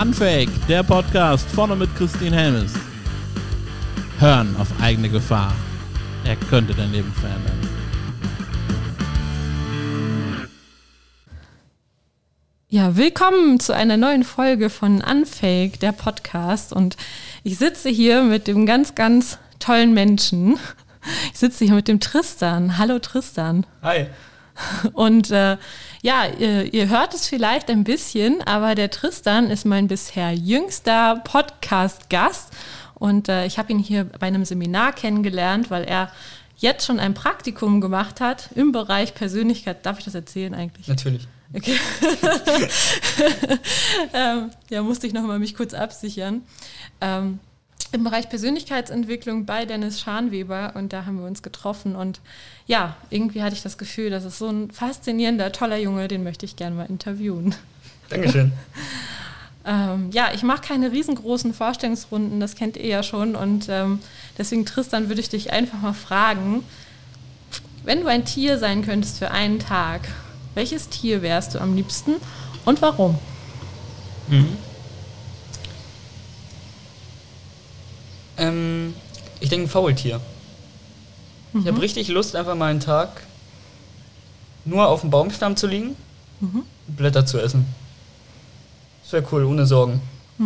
Unfake, der Podcast vorne mit Christine Helmes. Hören auf eigene Gefahr. Er könnte dein Leben verändern. Ja, willkommen zu einer neuen Folge von Unfake, der Podcast. Und ich sitze hier mit dem ganz, ganz tollen Menschen. Ich sitze hier mit dem Tristan. Hallo Tristan. Hi. Und ihr hört es vielleicht ein bisschen, aber der Tristan ist mein bisher jüngster Podcast-Gast. Und ich habe ihn hier bei einem Seminar kennengelernt, weil er jetzt schon ein Praktikum gemacht hat im Bereich Persönlichkeit. Darf ich das erzählen eigentlich? Natürlich. Okay. Musste ich nochmal mich kurz absichern. Im Bereich Persönlichkeitsentwicklung bei Dennis Scharnweber, und da haben wir uns getroffen und ja, irgendwie hatte ich das Gefühl, das ist so ein faszinierender, toller Junge, den möchte ich gerne mal interviewen. Dankeschön. Ich mache keine riesengroßen Vorstellungsrunden, das kennt ihr ja schon, und deswegen, Tristan, würde ich dich einfach mal fragen, wenn du ein Tier sein könntest für einen Tag, welches Tier wärst du am liebsten und warum? Ich denke ein Faultier. Ich habe richtig Lust, einfach mal einen Tag nur auf dem Baumstamm zu liegen und Blätter zu essen. Das wäre cool, ohne Sorgen.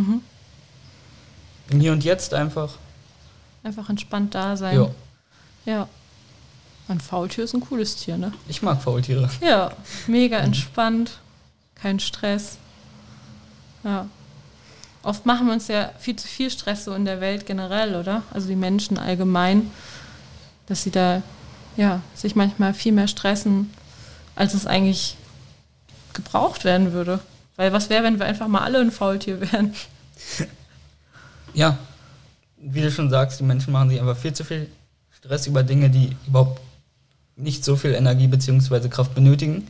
Im Hier und Jetzt einfach. Einfach entspannt da sein. Ja. Ein Faultier ist ein cooles Tier, ne? Ich mag Faultiere. Ja, mega entspannt, kein Stress. Ja. Oft machen wir uns ja viel zu viel Stress so in der Welt generell, oder? Also die Menschen allgemein, dass sie da sich manchmal viel mehr stressen, als es eigentlich gebraucht werden würde. Weil was wäre, wenn wir einfach mal alle ein Faultier wären? Ja, wie du schon sagst, die Menschen machen sich einfach viel zu viel Stress über Dinge, die überhaupt nicht so viel Energie bzw. Kraft benötigen.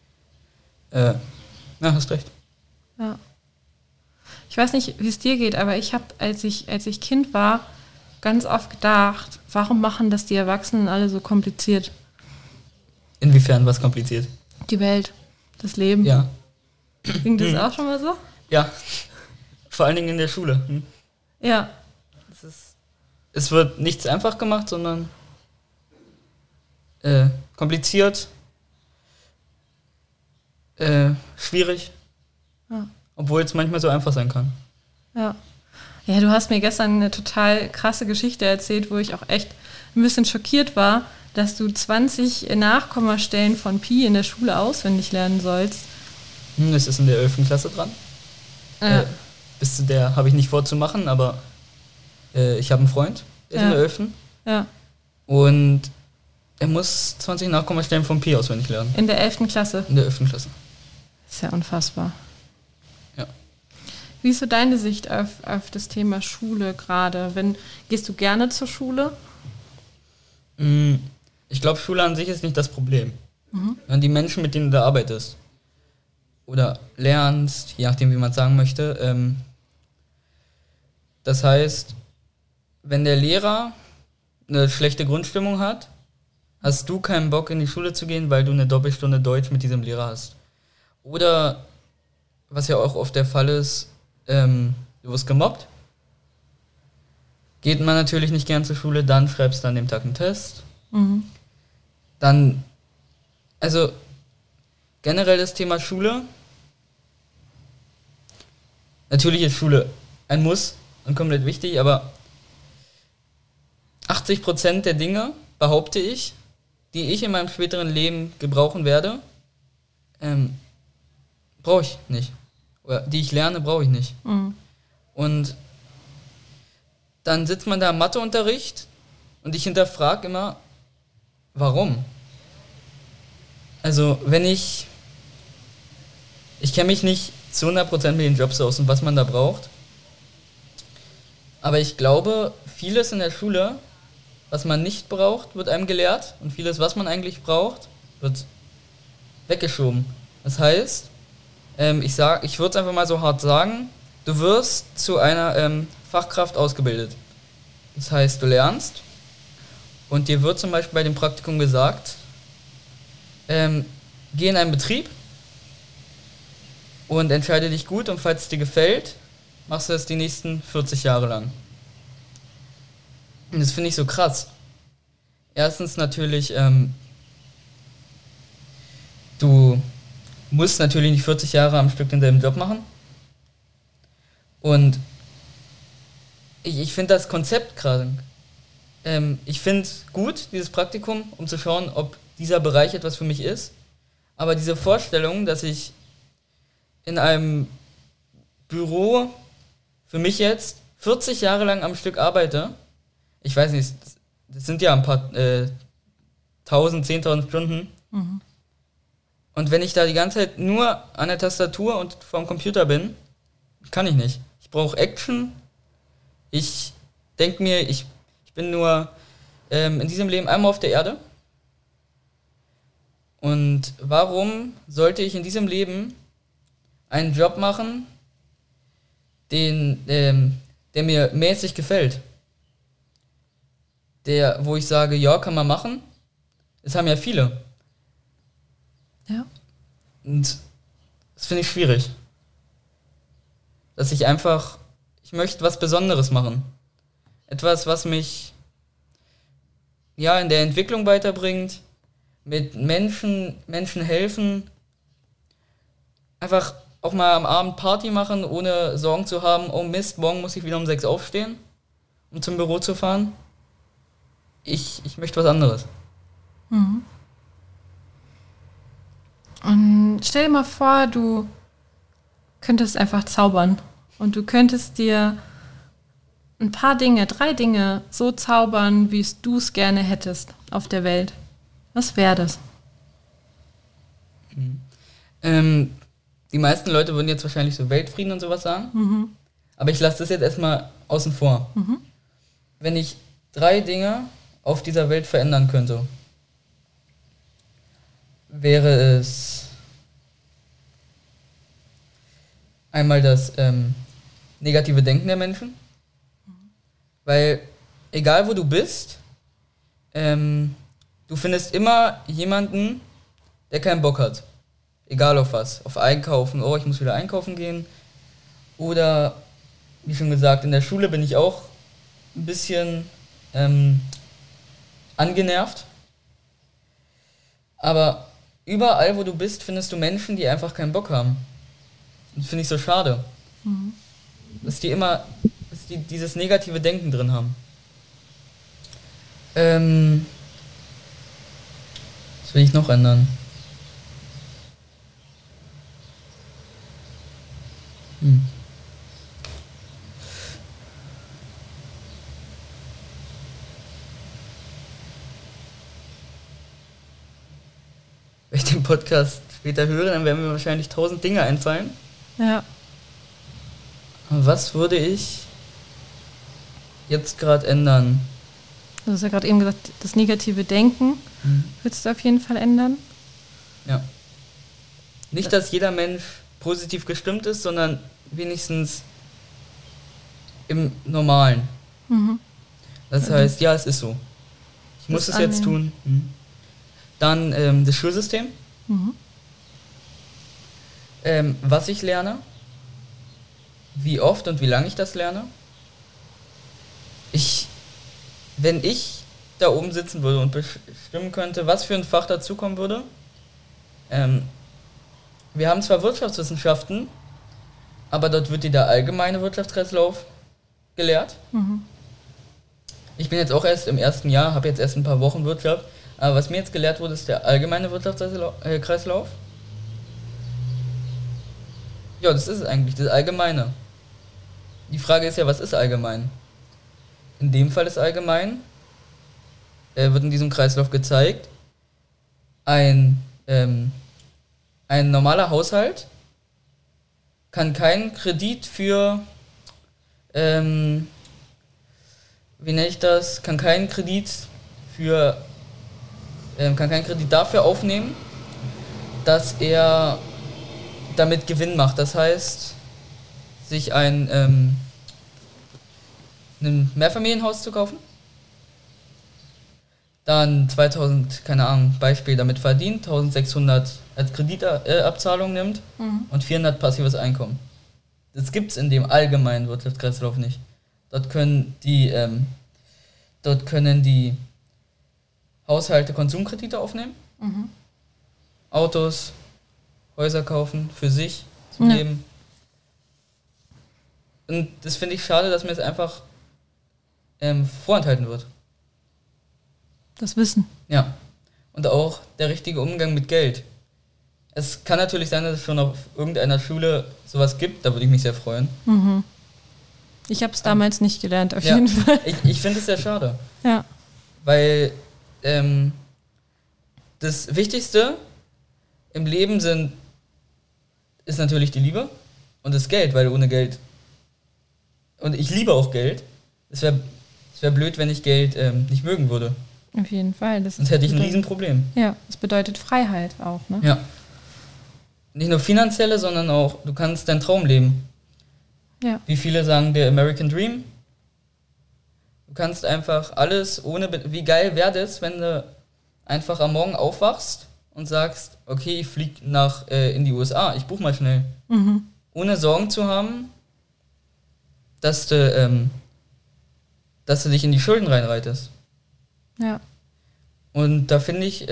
Hast recht. Ja. Ich weiß nicht, wie es dir geht, aber ich habe, als ich Kind war, ganz oft gedacht, warum machen das die Erwachsenen alle so kompliziert? Inwiefern was kompliziert? Die Welt, das Leben. Ja. Ging das auch schon mal so? Ja, vor allen Dingen in der Schule. Ja. Es wird nichts einfach gemacht, sondern kompliziert, schwierig, obwohl es manchmal so einfach sein kann. Ja, du hast mir gestern eine total krasse Geschichte erzählt, wo ich auch echt ein bisschen schockiert war, dass du 20 Nachkommastellen von Pi in der Schule auswendig lernen sollst. Das ist in der 11. Klasse dran. Bis zu der habe ich nicht vorzumachen, aber ich habe einen Freund, der ist in der 11. Ja. Und er muss 20 Nachkommastellen von Pi auswendig lernen. In der 11. Klasse? In der 11. Klasse. Das ist ja unfassbar. Ja. Wie ist so deine Sicht auf das Thema Schule gerade? Gehst du gerne zur Schule? Ich glaube, Schule an sich ist nicht das Problem. Die Menschen, mit denen du da arbeitest oder lernst, je nachdem, wie man es sagen möchte. Das heißt, wenn der Lehrer eine schlechte Grundstimmung hat, hast du keinen Bock, in die Schule zu gehen, weil du eine Doppelstunde Deutsch mit diesem Lehrer hast. Oder, was ja auch oft der Fall ist, du wirst gemobbt. Geht man natürlich nicht gern zur Schule, dann schreibst du an dem Tag einen Test. Dann, also generell das Thema Schule. Natürlich ist Schule ein Muss und komplett wichtig, aber 80% der Dinge, behaupte ich, die ich in meinem späteren Leben gebrauchen werde, brauche ich nicht. Oder die ich lerne, brauche ich nicht. Und dann sitzt man da im Matheunterricht und ich hinterfrage immer, warum? Also ich kenne mich nicht zu 100% mit den Jobs aus und was man da braucht, aber ich glaube, vieles in der Schule, was man nicht braucht, wird einem gelehrt und vieles, was man eigentlich braucht, wird weggeschoben. Das heißt, ich würde es einfach mal so hart sagen, du wirst zu einer Fachkraft ausgebildet. Das heißt, du lernst und dir wird zum Beispiel bei dem Praktikum gesagt, geh in einen Betrieb und entscheide dich gut, und falls es dir gefällt, machst du das die nächsten 40 Jahre lang. Und das finde ich so krass. Erstens natürlich, du musst natürlich nicht 40 Jahre am Stück denselben Job machen. Und ich finde das Konzept gerade. Ich finde gut, dieses Praktikum, um zu schauen, ob dieser Bereich etwas für mich ist. Aber diese Vorstellung, dass ich in einem Büro für mich jetzt 40 Jahre lang am Stück arbeite, ich weiß nicht, das sind ja ein paar 10.000 Stunden. Mhm. Und wenn ich da die ganze Zeit nur an der Tastatur und vorm Computer bin, kann ich nicht. Ich brauche Action. Ich denke mir, ich bin nur in diesem Leben einmal auf der Erde. Und warum sollte ich in diesem Leben einen Job machen, der mir mäßig gefällt? Wo ich sage, ja, kann man machen. Es haben ja viele. Ja. Und das finde ich schwierig. Dass ich möchte was Besonderes machen. Etwas, was mich ja in der Entwicklung weiterbringt, mit Menschen helfen, einfach auch mal am Abend Party machen, ohne Sorgen zu haben, oh Mist, morgen muss ich wieder um 6 aufstehen, um zum Büro zu fahren. Ich möchte was anderes. Mhm. Und stell dir mal vor, du könntest einfach zaubern und du könntest dir ein paar Dinge, 3 Dinge so zaubern, wie du es gerne hättest auf der Welt. Was wäre das? Die meisten Leute würden jetzt wahrscheinlich so Weltfrieden und sowas sagen, aber ich lasse das jetzt erstmal außen vor. Wenn ich 3 Dinge auf dieser Welt verändern könnte, wäre es einmal das negative Denken der Menschen, weil egal wo du bist, du findest immer jemanden, der keinen Bock hat. Egal auf was. Auf Einkaufen, oh, ich muss wieder einkaufen gehen. Oder, wie schon gesagt, in der Schule bin ich auch ein bisschen angenervt. Aber überall, wo du bist, findest du Menschen, die einfach keinen Bock haben. Das finde ich so schade. Dass die dieses negative Denken drin haben. Was will ich noch ändern? Wenn ich den Podcast später höre, dann werden mir wahrscheinlich 1000 Dinge einfallen. Ja. Was würde ich jetzt gerade ändern? Du hast ja gerade eben gesagt, das negative Denken würdest du auf jeden Fall ändern. Ja. Nicht, dass jeder Mensch positiv gestimmt ist, sondern wenigstens im Normalen. Das heißt, ja, es ist so. Ich muss es jetzt tun. Dann das Schulsystem. Was ich lerne. Wie oft und wie lange ich das lerne. Wenn ich da oben sitzen würde und bestimmen könnte, was für ein Fach dazukommen würde. Wir haben zwar Wirtschaftswissenschaften, aber dort wird der allgemeine Wirtschaftskreislauf gelehrt. Ich bin jetzt auch erst im ersten Jahr, habe jetzt erst ein paar Wochen Wirtschaft, aber was mir jetzt gelehrt wurde, ist der allgemeine Wirtschaftskreislauf. Ja, das ist es eigentlich, das Allgemeine. Die Frage ist ja, was ist allgemein? In dem Fall ist allgemein, wird in diesem Kreislauf gezeigt, ein normaler Haushalt kann keinen Kredit für, wie nenne ich das, kann keinen Kredit dafür aufnehmen, dass er damit Gewinn macht. Das heißt, sich ein Mehrfamilienhaus zu kaufen, dann 2000, keine Ahnung, Beispiel damit verdient, 1600 als Kreditabzahlung nimmt und 400 passives Einkommen. das gibt es in dem allgemeinen Wirtschaftskreislauf nicht. Dort können die Haushalte Konsumkredite aufnehmen, Autos, Häuser kaufen, für sich zu leben. Und das finde ich schade, dass mir es einfach vorenthalten wird. Das Wissen. Ja. Und auch der richtige Umgang mit Geld. Es kann natürlich sein, dass es schon auf irgendeiner Schule sowas gibt, da würde ich mich sehr freuen. Ich habe es damals nicht gelernt, auf jeden Fall. Ich finde es sehr schade. Ja. Weil das Wichtigste im Leben ist natürlich die Liebe und das Geld, weil ohne Geld, und ich liebe auch Geld, es wär blöd, wenn ich Geld nicht mögen würde. Auf jeden Fall. Sonst hätte ich ein Riesenproblem. Ja, das bedeutet Freiheit auch, ne? Ja. Nicht nur finanzielle, sondern auch, du kannst deinen Traum leben. Ja. Wie viele sagen, der American Dream. Du kannst einfach alles wie geil wäre das, wenn du einfach am Morgen aufwachst und sagst, okay, ich fliege in die USA, ich buche mal schnell. Ohne Sorgen zu haben, dass du dich in die Schulden reinreitest. Ja. Und da finde ich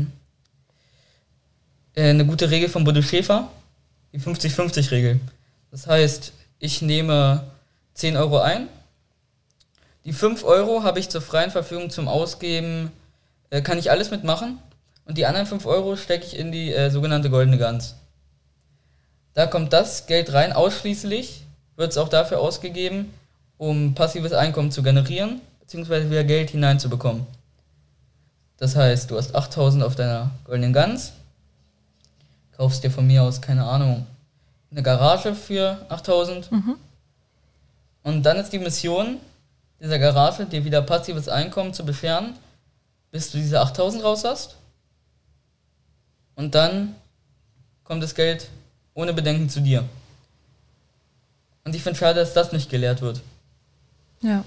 eine gute Regel von Bodo Schäfer, die 50-50-Regel. Das heißt, ich nehme 10 Euro ein, die 5 Euro habe ich zur freien Verfügung zum Ausgeben, kann ich alles mitmachen, und die anderen 5 Euro stecke ich in die sogenannte goldene Gans. Da kommt das Geld rein, ausschließlich wird es auch dafür ausgegeben, um passives Einkommen zu generieren, beziehungsweise wieder Geld hineinzubekommen. Das heißt, du hast 8.000 auf deiner goldenen Gans, kaufst dir von mir aus, keine Ahnung, eine Garage für 8.000. Und dann ist die Mission dieser Garage, dir wieder passives Einkommen zu bescheren, bis du diese 8.000 raus hast. Und dann kommt das Geld ohne Bedenken zu dir. Und ich finde schade, dass das nicht gelehrt wird. Ja.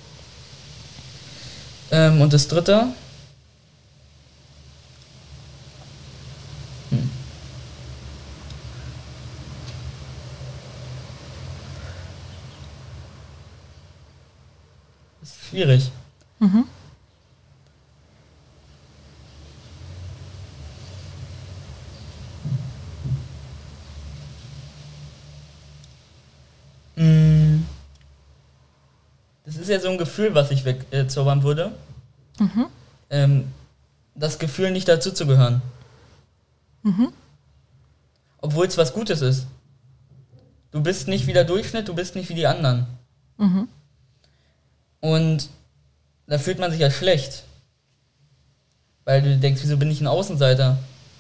Und das dritte. Ist schwierig. Das ist ja so ein Gefühl, was ich wegzaubern würde. Das Gefühl, nicht dazu zu gehören. Obwohl es was Gutes ist. Du bist nicht wie der Durchschnitt, du bist nicht wie die anderen. Und da fühlt man sich ja schlecht. Weil du denkst, wieso bin ich ein Außenseiter?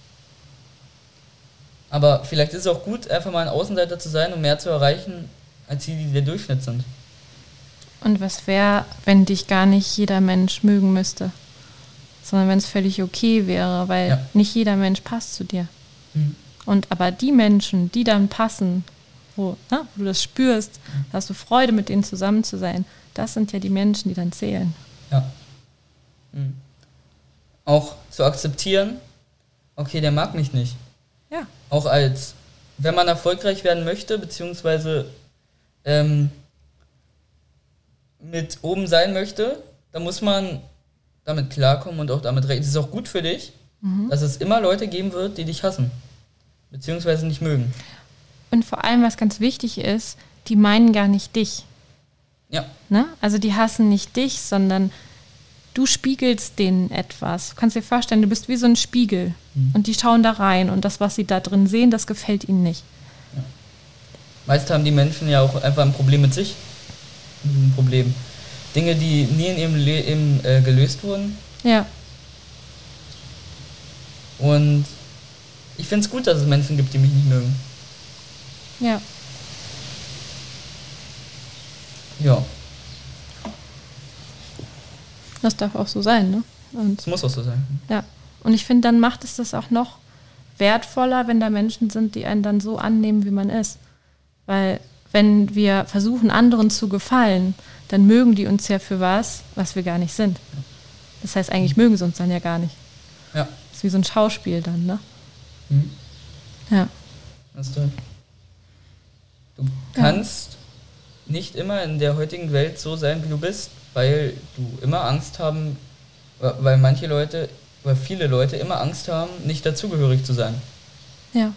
Aber vielleicht ist es auch gut, einfach mal ein Außenseiter zu sein, um mehr zu erreichen, als die der Durchschnitt sind. Und was wäre, wenn dich gar nicht jeder Mensch mögen müsste? Sondern wenn es völlig okay wäre, weil nicht jeder Mensch passt zu dir. Und aber die Menschen, die dann passen, wo du das spürst, da hast du Freude, mit denen zusammen zu sein, das sind ja die Menschen, die dann zählen. Ja. Auch zu akzeptieren, okay, der mag mich nicht. Ja. Auch wenn man erfolgreich werden möchte, beziehungsweise mit oben sein möchte, dann muss man damit klarkommen und auch damit rechnen. Es ist auch gut für dich, dass es immer Leute geben wird, die dich hassen, beziehungsweise nicht mögen. Und vor allem, was ganz wichtig ist, die meinen gar nicht dich. Ja. Ne? Also die hassen nicht dich, sondern du spiegelst denen etwas. Du kannst dir vorstellen, du bist wie so ein Spiegel und die schauen da rein und das, was sie da drin sehen, das gefällt ihnen nicht. Ja. Meist haben die Menschen ja auch einfach ein Problem mit sich. Ein Problem. Dinge, die nie in ihrem Leben gelöst wurden. Ja. Und ich finde es gut, dass es Menschen gibt, die mich nicht mögen. Ja. Ja. Das darf auch so sein, ne? Und Das muss auch so sein. ja. Und ich finde, dann macht es das auch noch wertvoller, wenn da Menschen sind, die einen dann so annehmen, wie man ist. Weil wenn wir versuchen, anderen zu gefallen, dann mögen die uns ja für was wir gar nicht sind. Das heißt, eigentlich mögen sie uns dann ja gar nicht. Ja. Das ist wie so ein Schauspiel dann, ne? Mhm. Ja. Das ist toll. Du kannst nicht immer in der heutigen Welt so sein, wie du bist, weil du immer Angst haben, weil manche Leute, oder viele Leute immer Angst haben, nicht dazugehörig zu sein. Ja.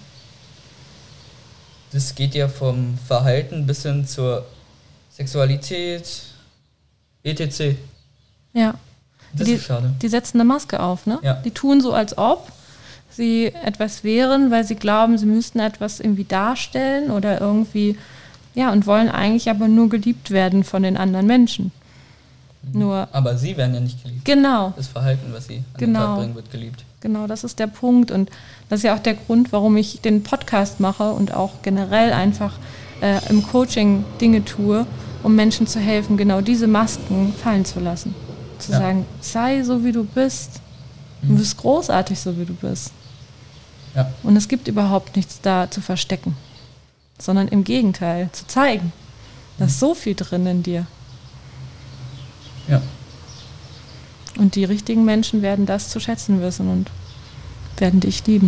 Das geht ja vom Verhalten bis hin zur Sexualität, etc. Ja. Das ist schade. Die setzen eine Maske auf, ne? Ja. Die tun so, als ob sie etwas wären, weil sie glauben, sie müssten etwas irgendwie darstellen oder irgendwie, ja, und wollen eigentlich aber nur geliebt werden von den anderen Menschen. Nur, aber sie werden ja nicht geliebt. genau, Das Verhalten, was sie an den Tag bringen, wird geliebt. genau, das ist der Punkt. Und das ist ja auch der Grund, warum ich den Podcast mache und auch generell einfach im Coaching Dinge tue, um Menschen zu helfen, genau diese Masken fallen zu lassen. Zu sagen, sei so, wie du bist. Du bist großartig, so wie du bist. Ja. Und es gibt überhaupt nichts da zu verstecken, sondern im Gegenteil, zu zeigen, da ist so viel drin in dir. Ja. Und die richtigen Menschen werden das zu schätzen wissen und werden dich lieben.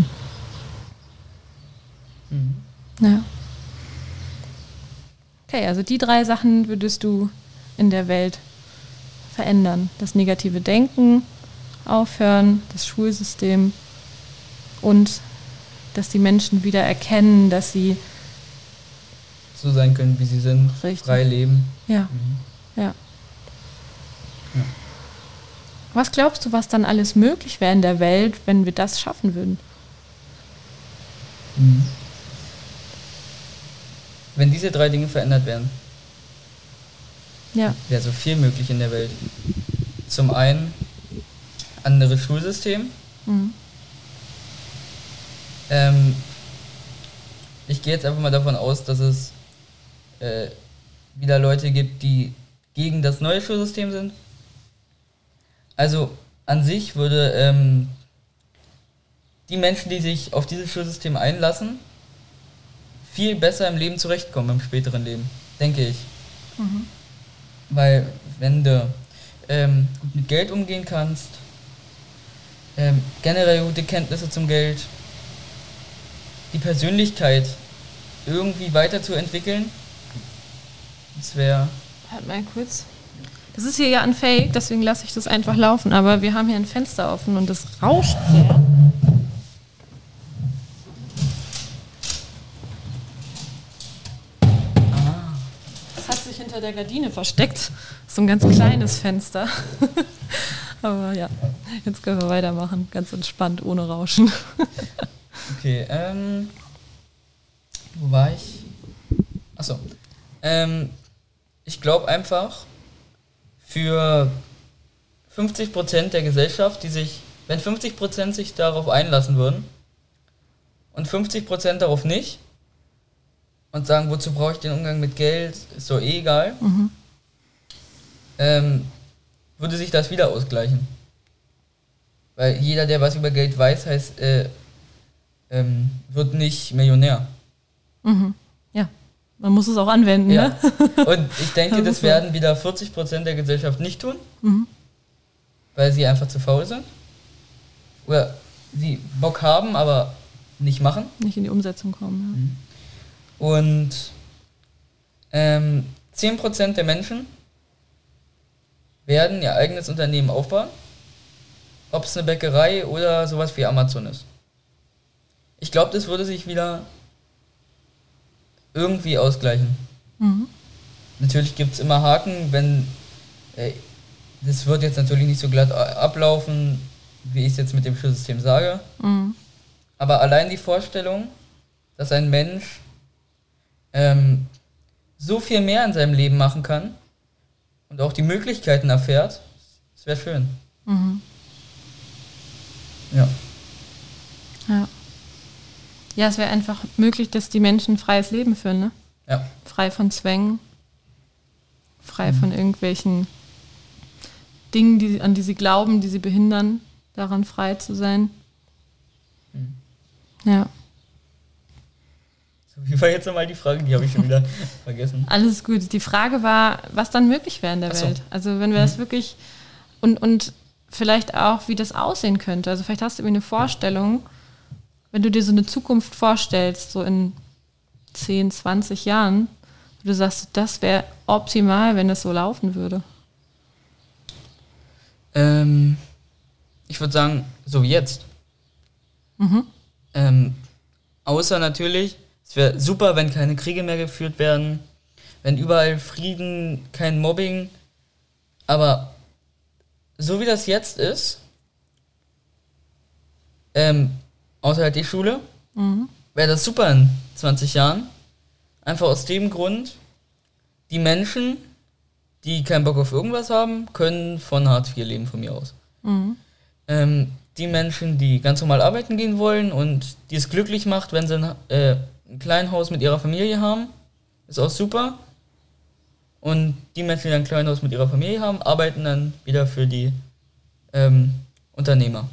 Ja. Okay, also die 3 Sachen würdest du in der Welt verändern. Das negative Denken aufhören, das Schulsystem und dass die Menschen wieder erkennen, dass sie so sein können, wie sie sind, Richtig. frei leben. ja. Was glaubst du, was dann alles möglich wäre in der Welt, wenn wir das schaffen würden? Wenn diese 3 Dinge verändert werden, Ja. wäre so viel möglich in der Welt. Zum einen anderes Schulsystem. Mhm. Ich gehe jetzt einfach mal davon aus, dass es wieder Leute gibt, die gegen das neue Schulsystem sind. Also an sich würde die Menschen, die sich auf dieses Schulsystem einlassen, viel besser im Leben zurechtkommen, im späteren Leben, denke ich. Weil wenn du gut mit Geld umgehen kannst, generell gute Kenntnisse zum Geld, die Persönlichkeit irgendwie weiterzuentwickeln, das wäre... Halt mal kurz. Das ist hier ja ein Fake, deswegen lasse ich das einfach laufen, aber wir haben hier ein Fenster offen und das rauscht sehr. Das hat sich hinter der Gardine versteckt. So ein ganz kleines Fenster. Aber ja, jetzt können wir weitermachen. Ganz entspannt, ohne Rauschen. Okay, wo war ich? Achso. Ich glaube einfach, für 50% der Gesellschaft, wenn 50% sich darauf einlassen würden und 50% darauf nicht und sagen, wozu brauche ich den Umgang mit Geld, ist doch eh egal, würde sich das wieder ausgleichen. Weil jeder, der was über Geld weiß, wird nicht Millionär. Ja, man muss es auch anwenden, Ja. ne? Und ich denke, das werden wieder 40% der Gesellschaft nicht tun, weil sie einfach zu faul sind. Oder sie Bock haben, aber nicht machen. Nicht in die Umsetzung kommen, Und 10% der Menschen werden ihr eigenes Unternehmen aufbauen, ob es eine Bäckerei oder sowas wie Amazon ist. Ich glaube, das würde sich wieder irgendwie ausgleichen. Natürlich gibt es immer Haken, wenn das wird jetzt natürlich nicht so glatt ablaufen, wie ich es jetzt mit dem Schulsystem sage. Aber allein die Vorstellung, dass ein Mensch so viel mehr in seinem Leben machen kann und auch die Möglichkeiten erfährt, das wäre schön. Ja. Ja. Ja, es wäre einfach möglich, dass die Menschen ein freies Leben führen, ne? Ja. Frei von Zwängen, frei von irgendwelchen Dingen, an die sie glauben, die sie behindern, daran frei zu sein. Ja. So, wie war jetzt nochmal die Frage? Die habe ich schon wieder vergessen. Alles gut. Die Frage war, was dann möglich wäre in der Ach so. Welt. Also wenn wir das wirklich und vielleicht auch, wie das aussehen könnte. Also vielleicht hast du irgendwie eine Vorstellung, wenn du dir so eine Zukunft vorstellst, so in 10, 20 Jahren, wo du sagst, das wäre optimal, wenn es so laufen würde? Ich würde sagen, so wie jetzt. Außer natürlich, es wäre super, wenn keine Kriege mehr geführt werden, wenn überall Frieden, kein Mobbing. Aber so wie das jetzt ist, außer halt die Schule, wäre das super in 20 Jahren. Einfach aus dem Grund, die Menschen, die keinen Bock auf irgendwas haben, können von Hartz IV leben von mir aus. Die Menschen, die ganz normal arbeiten gehen wollen und die es glücklich macht, wenn sie ein kleines Haus mit ihrer Familie haben, ist auch super. Und die Menschen, die ein kleines Haus mit ihrer Familie haben, arbeiten dann wieder für die Unternehmer.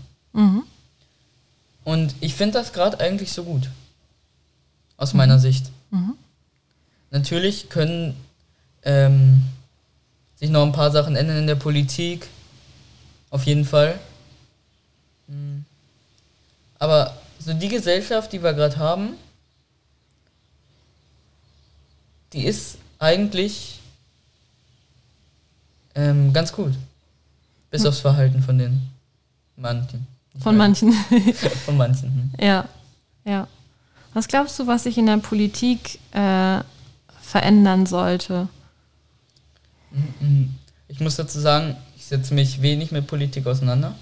Und ich finde das gerade eigentlich so gut. Aus meiner Sicht. Natürlich können sich noch ein paar Sachen ändern in der Politik. Auf jeden Fall. Aber so die Gesellschaft, die wir gerade haben, die ist eigentlich ganz gut. Bis aufs Verhalten von den manchen. Von manchen. Von manchen. Ja. Was glaubst du, was sich in der Politik verändern sollte? Ich muss dazu sagen, ich setze mich wenig mit Politik auseinander.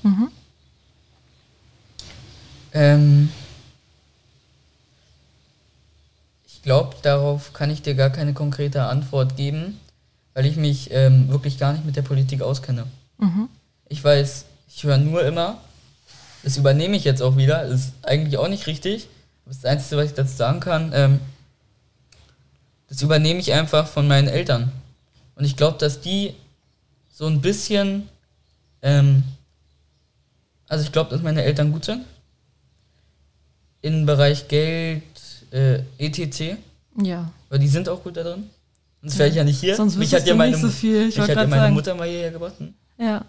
Ich glaube, darauf kann ich dir gar keine konkrete Antwort geben, weil ich mich wirklich gar nicht mit der Politik auskenne. Ich weiß, ich höre nur immer, das übernehme ich jetzt auch wieder, ist eigentlich auch nicht richtig. Das Einzige, was ich dazu sagen kann, das übernehme ich einfach von meinen Eltern. Und ich glaube, dass die so ein bisschen, also ich glaube, dass meine Eltern gut sind. Im Bereich Geld, etc. Ja. Weil die sind auch gut da drin. Sonst wäre ich ja nicht hier. Sonst wüsstest du nicht so viel. Ich hatte meine Mutter mal hierher gebracht. Ja.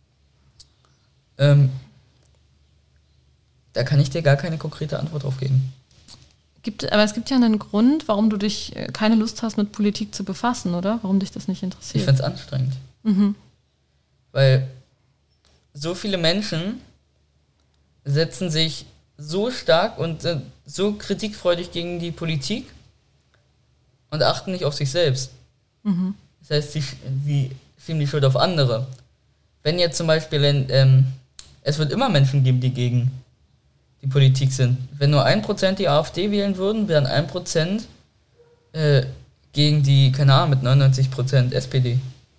Da kann ich dir gar keine konkrete Antwort drauf geben. Aber es gibt ja einen Grund, warum du dich keine Lust hast, mit Politik zu befassen, oder? Warum dich das nicht interessiert? Ich finde es anstrengend. Weil so viele Menschen setzen sich so stark und sind so kritikfreudig gegen die Politik und achten nicht auf sich selbst. Das heißt, sie schieben die Schuld auf andere. Wenn jetzt zum Beispiel, es wird immer Menschen geben, die gegen die Politik sind. Wenn nur 1% die AfD wählen würden, wären 1% gegen die, keine Ahnung, mit 99% SPD.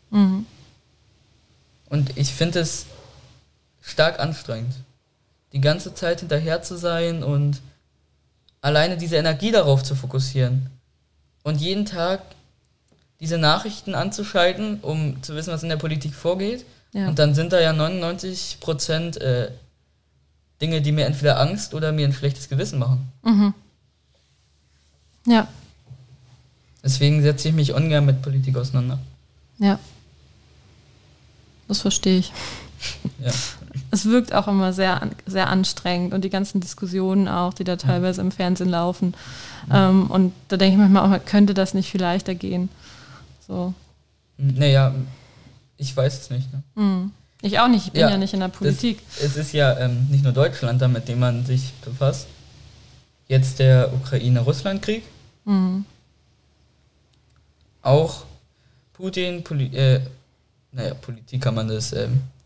Und ich finde es stark anstrengend, die ganze Zeit hinterher zu sein und alleine diese Energie darauf zu fokussieren. Und jeden Tag diese Nachrichten anzuschalten, um zu wissen, was in der Politik vorgeht. Ja. Und dann sind da ja 99% Dinge, die mir entweder Angst oder mir ein schlechtes Gewissen machen. Ja. Deswegen setze ich mich ungern mit Politik auseinander. Ja. Das verstehe ich. Ja. Es wirkt auch immer sehr, sehr anstrengend und die ganzen Diskussionen auch, die da teilweise im Fernsehen laufen. Und da denke ich manchmal auch, könnte das nicht viel leichter gehen? So. Naja, ich weiß es nicht. Ne? Ich auch nicht, ich bin ja nicht in der Politik. Es ist ja nicht nur Deutschland, da mit dem man sich befasst. Jetzt der Ukraine-Russland-Krieg. Auch Putin, Politik kann man das,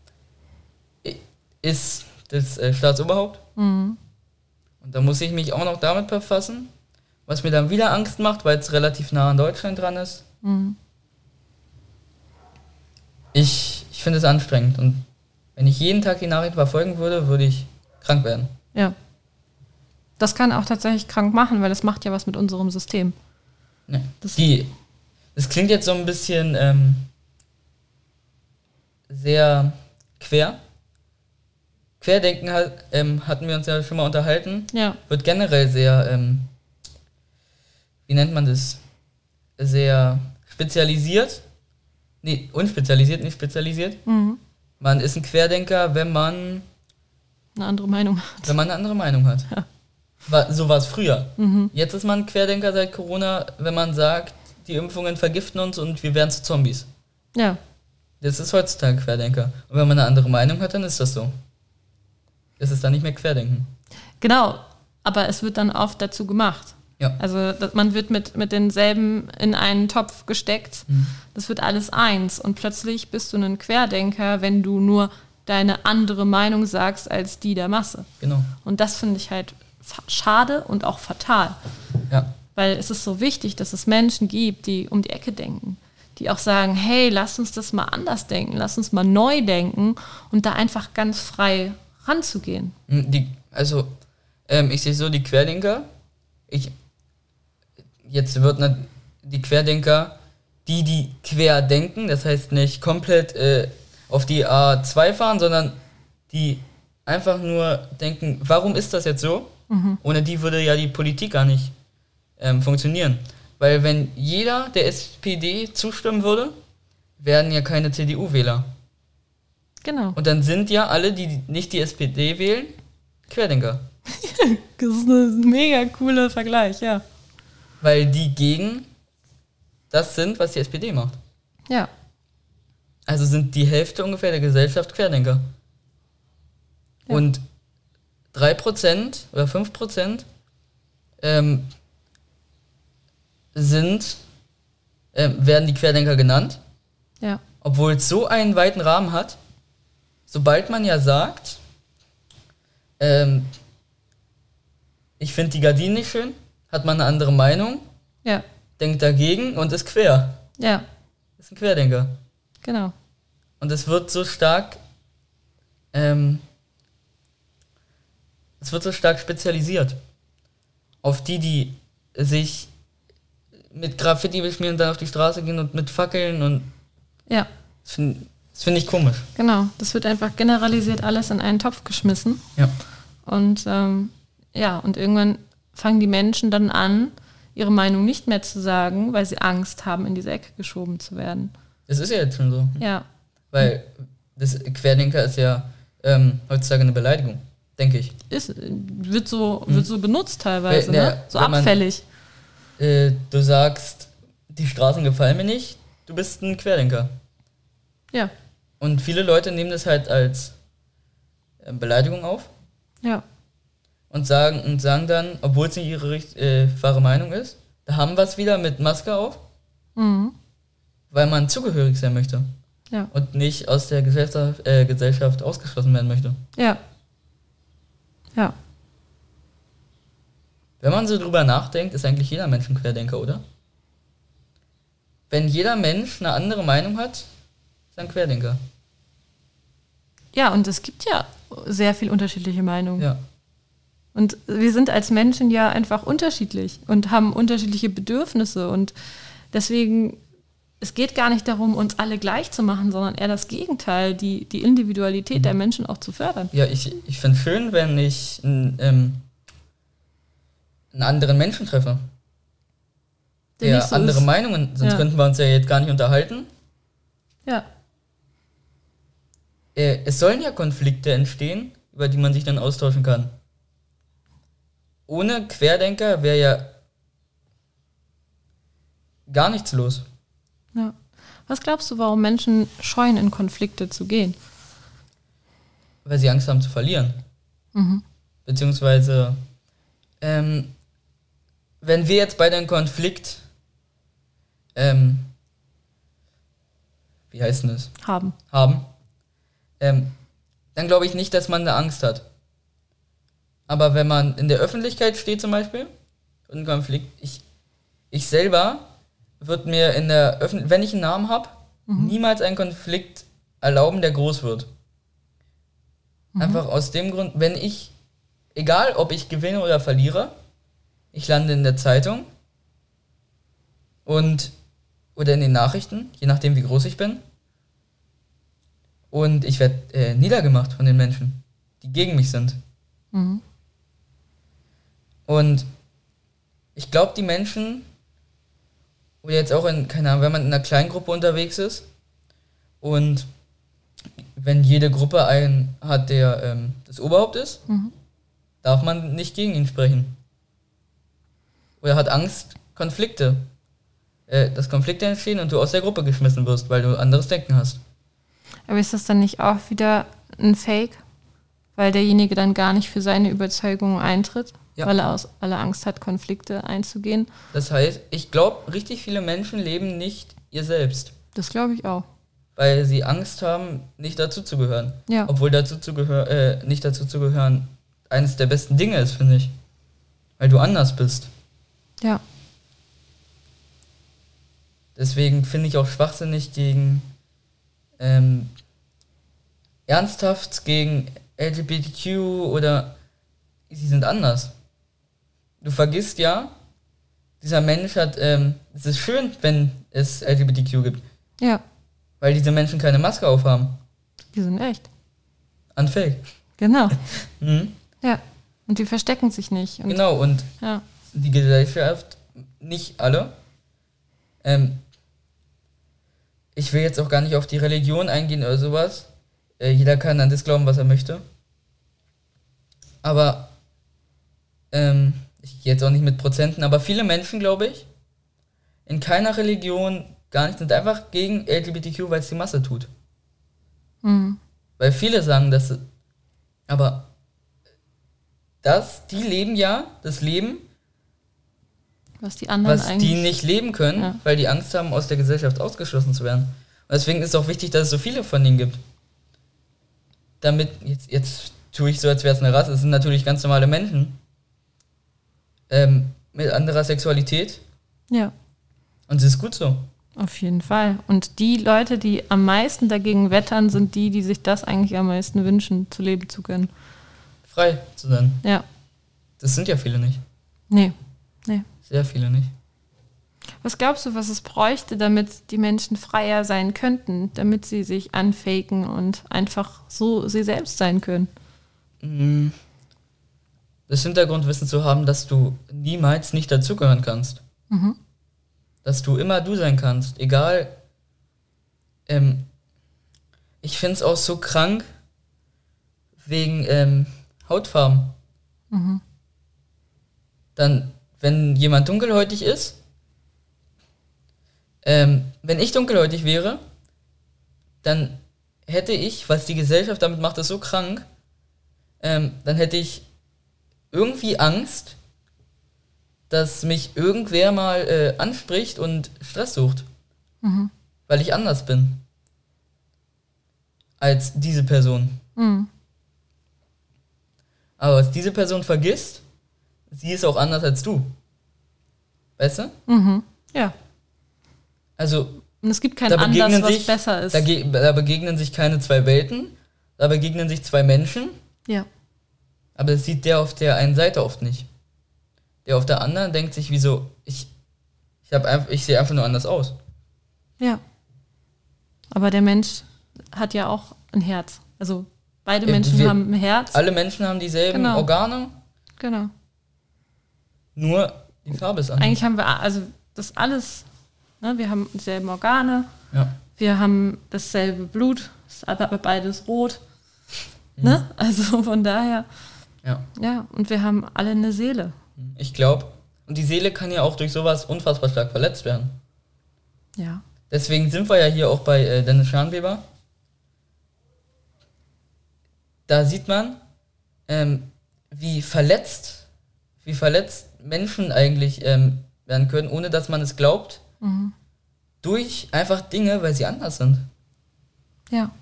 ist das Staatsoberhaupt. Und da muss ich mich auch noch damit befassen, was mir dann wieder Angst macht, weil es relativ nah an Deutschland dran ist. Ich finde es anstrengend und wenn ich jeden Tag die Nachrichten verfolgen würde, würde ich krank werden. Ja. Das kann auch tatsächlich krank machen, weil das macht ja was mit unserem System. Nee. Das klingt jetzt so ein bisschen sehr quer. Querdenken hatten wir uns ja schon mal unterhalten. Ja. Wird generell sehr, wie nennt man das? Sehr spezialisiert. Nee, unspezialisiert, nicht spezialisiert. Man ist ein Querdenker, wenn man eine andere Meinung hat. Wenn man eine andere Meinung hat. Ja. So war es früher. Jetzt ist man Querdenker seit Corona, wenn man sagt, die Impfungen vergiften uns und wir werden zu Zombies. Ja. Das ist heutzutage Querdenker. Und wenn man eine andere Meinung hat, dann ist das so. Das ist dann nicht mehr Querdenken. Genau, aber es wird dann oft dazu gemacht. Ja. Also man wird mit denselben in einen Topf gesteckt. Das wird alles eins. Und plötzlich bist du ein Querdenker, wenn du nur deine andere Meinung sagst als die der Masse. Genau. Und das finde ich halt schade und auch fatal. Ja. Weil es ist so wichtig, dass es Menschen gibt, die um die Ecke denken. Die auch sagen, hey, lass uns das mal anders denken, lass uns mal neu denken und da einfach ganz frei ranzugehen. Ich sehe so die Querdenker. Jetzt wird die Querdenker, die quer denken, das heißt nicht komplett auf die A2 fahren, sondern die einfach nur denken, warum ist das jetzt so? Ohne die würde ja die Politik gar nicht funktionieren. Weil wenn jeder der SPD zustimmen würde, werden ja keine CDU-Wähler. Genau. Und dann sind ja alle, die nicht die SPD wählen, Querdenker. Das ist ein mega cooler Vergleich, ja. Weil die gegen das sind, was die SPD macht. Ja. Also sind die Hälfte ungefähr der Gesellschaft Querdenker. Ja. Und 3% oder 5% werden die Querdenker genannt, Ja. obwohl es so einen weiten Rahmen hat. Sobald man ja sagt, ich finde die Gardinen nicht schön, hat man eine andere Meinung, Ja. denkt dagegen und ist quer. Ja. Ist ein Querdenker. Genau. Und es wird so stark, spezialisiert. Auf die sich mit Graffiti beschmieren, dann auf die Straße gehen und mit Fackeln und Ja. das find ich komisch. Genau. Das wird einfach generalisiert alles in einen Topf geschmissen. Ja. Und und irgendwann fangen die Menschen dann an, ihre Meinung nicht mehr zu sagen, weil sie Angst haben, in diese Ecke geschoben zu werden. Das ist ja jetzt schon so. Ja. Weil das Querdenker ist ja heutzutage eine Beleidigung, denke ich. Wird so benutzt teilweise, ne? So wenn man- abfällig. Du sagst, die Straßen gefallen mir nicht, du bist ein Querdenker. Ja. Und viele Leute nehmen das halt als Beleidigung auf Ja. und sagen dann, obwohl es nicht ihre wahre Meinung ist, da haben wir es wieder mit Maske auf, Mhm. weil man zugehörig sein möchte Ja. und nicht aus der Gesellschaft ausgeschlossen werden möchte. Ja. Ja. Wenn man so drüber nachdenkt, ist eigentlich jeder Mensch ein Querdenker, oder? Wenn jeder Mensch eine andere Meinung hat, ist er ein Querdenker. Ja, und es gibt ja sehr viel unterschiedliche Meinungen. Ja. Und wir sind als Menschen ja einfach unterschiedlich und haben unterschiedliche Bedürfnisse. Und deswegen, es geht gar nicht darum, uns alle gleich zu machen, sondern eher das Gegenteil, die Individualität der Menschen auch zu fördern. Ja, ich finde es schön, wenn ich einen anderen Menschen treffe. Der Der nicht so andere ist. Meinungen, sonst Ja. könnten wir uns ja jetzt gar nicht unterhalten. Ja. Es sollen ja Konflikte entstehen, über die man sich dann austauschen kann. Ohne Querdenker wäre ja gar nichts los. Ja. Was glaubst du, warum Menschen scheuen, in Konflikte zu gehen? Weil sie Angst haben zu verlieren. Mhm. Beziehungsweise, wenn wir jetzt beide einen Konflikt, wie heißt denn das? Haben. Haben, dann glaube ich nicht, dass man da Angst hat. Aber wenn man in der Öffentlichkeit steht zum Beispiel, und ein Konflikt, ich selber würde mir wenn ich einen Namen habe, niemals einen Konflikt erlauben, der groß wird. Einfach aus dem Grund, egal ob ich gewinne oder verliere, ich lande in der Zeitung oder in den Nachrichten, je nachdem wie groß ich bin. Und ich werde niedergemacht von den Menschen, die gegen mich sind. Mhm. Und ich glaube, die Menschen, oder jetzt auch keine Ahnung, wenn man in einer kleinen Gruppe unterwegs ist und wenn jede Gruppe einen hat, der das Oberhaupt ist, darf man nicht gegen ihn sprechen. Oder hat Angst, dass Konflikte entstehen und du aus der Gruppe geschmissen wirst, weil du anderes Denken hast. Aber ist das dann nicht auch wieder ein Fake? Weil derjenige dann gar nicht für seine Überzeugungen eintritt? Ja. Weil er Angst hat, Konflikte einzugehen? Das heißt, ich glaube, richtig viele Menschen leben nicht ihr selbst. Das glaube ich auch. Weil sie Angst haben, nicht dazuzugehören. Ja. Obwohl nicht dazuzugehören eines der besten Dinge ist, finde ich. Weil du anders bist. Ja. Deswegen finde ich auch schwachsinnig ernsthaft gegen LGBTQ oder sie sind anders. Du vergisst ja, dieser Mensch hat, es ist schön, wenn es LGBTQ gibt. Ja. Weil diese Menschen keine Maske aufhaben. Die sind echt. Unfake. Genau. Mhm. Ja. Und die verstecken sich nicht. Und Genau, und ja. die Gesellschaft, nicht alle. Ich will jetzt auch gar nicht auf die Religion eingehen oder sowas. Jeder kann an das glauben, was er möchte. Aber ich gehe jetzt auch nicht mit Prozenten, aber viele Menschen, glaube ich, in keiner Religion gar nicht, sind einfach gegen LGBTQ, weil es die Masse tut. Mhm. Weil viele sagen, aber die leben ja das Leben, Was die anderen was eigentlich... die nicht leben können, Ja. weil die Angst haben, aus der Gesellschaft ausgeschlossen zu werden. Und deswegen ist es auch wichtig, dass es so viele von ihnen gibt. Damit, jetzt tue ich so, als wäre es eine Rasse, es sind natürlich ganz normale Menschen mit anderer Sexualität Ja, und es ist gut so. auf jeden Fall. Und die Leute, die am meisten dagegen wettern, sind die sich das eigentlich am meisten wünschen, zu leben zu können. Frei zu sein. Ja. Das sind ja viele nicht. Nee. Sehr viele nicht. Was glaubst du, was es bräuchte, damit die Menschen freier sein könnten, damit sie sich unfaken und einfach so sie selbst sein können? Das Hintergrundwissen zu haben, dass du niemals nicht dazugehören kannst. Mhm. Dass du immer du sein kannst. Egal. Ich finde es auch so krank wegen Hautfarben. Mhm. Dann, wenn jemand dunkelhäutig ist, wenn ich dunkelhäutig wäre, dann hätte ich, was die Gesellschaft damit macht, ist so krank, dann hätte ich irgendwie Angst, dass mich irgendwer mal anspricht und Stress sucht. Mhm. Weil ich anders bin. Als diese Person. Mhm. Aber was diese Person vergisst, sie ist auch anders als du. Weißt du? Mhm. Ja. Also, Und es gibt kein da Anders, begegnen was sich, besser ist. da begegnen sich keine zwei Welten, da begegnen sich zwei Menschen, Ja. aber das sieht der auf der einen Seite oft nicht. Der auf der anderen denkt sich, wieso, ich sehe einfach nur anders aus. Ja. Aber der Mensch hat ja auch ein Herz. Also beide Ja, Menschen haben ein Herz. Alle Menschen haben dieselben Genau. Organe, Genau. nur die Farbe ist anders. Eigentlich haben wir also das alles, ne? Wir haben dieselben Organe, Ja. wir haben dasselbe Blut, ist aber beides rot. Ne? Also von daher, Ja. ja, und wir haben alle eine Seele. Ich glaube, und die Seele kann ja auch durch sowas unfassbar stark verletzt werden. Ja. Deswegen sind wir ja hier auch bei Dennis Scharnweber. Da sieht man, wie verletzt Menschen eigentlich werden können, ohne dass man es glaubt, Mhm. durch einfach Dinge, weil sie anders sind. Ja.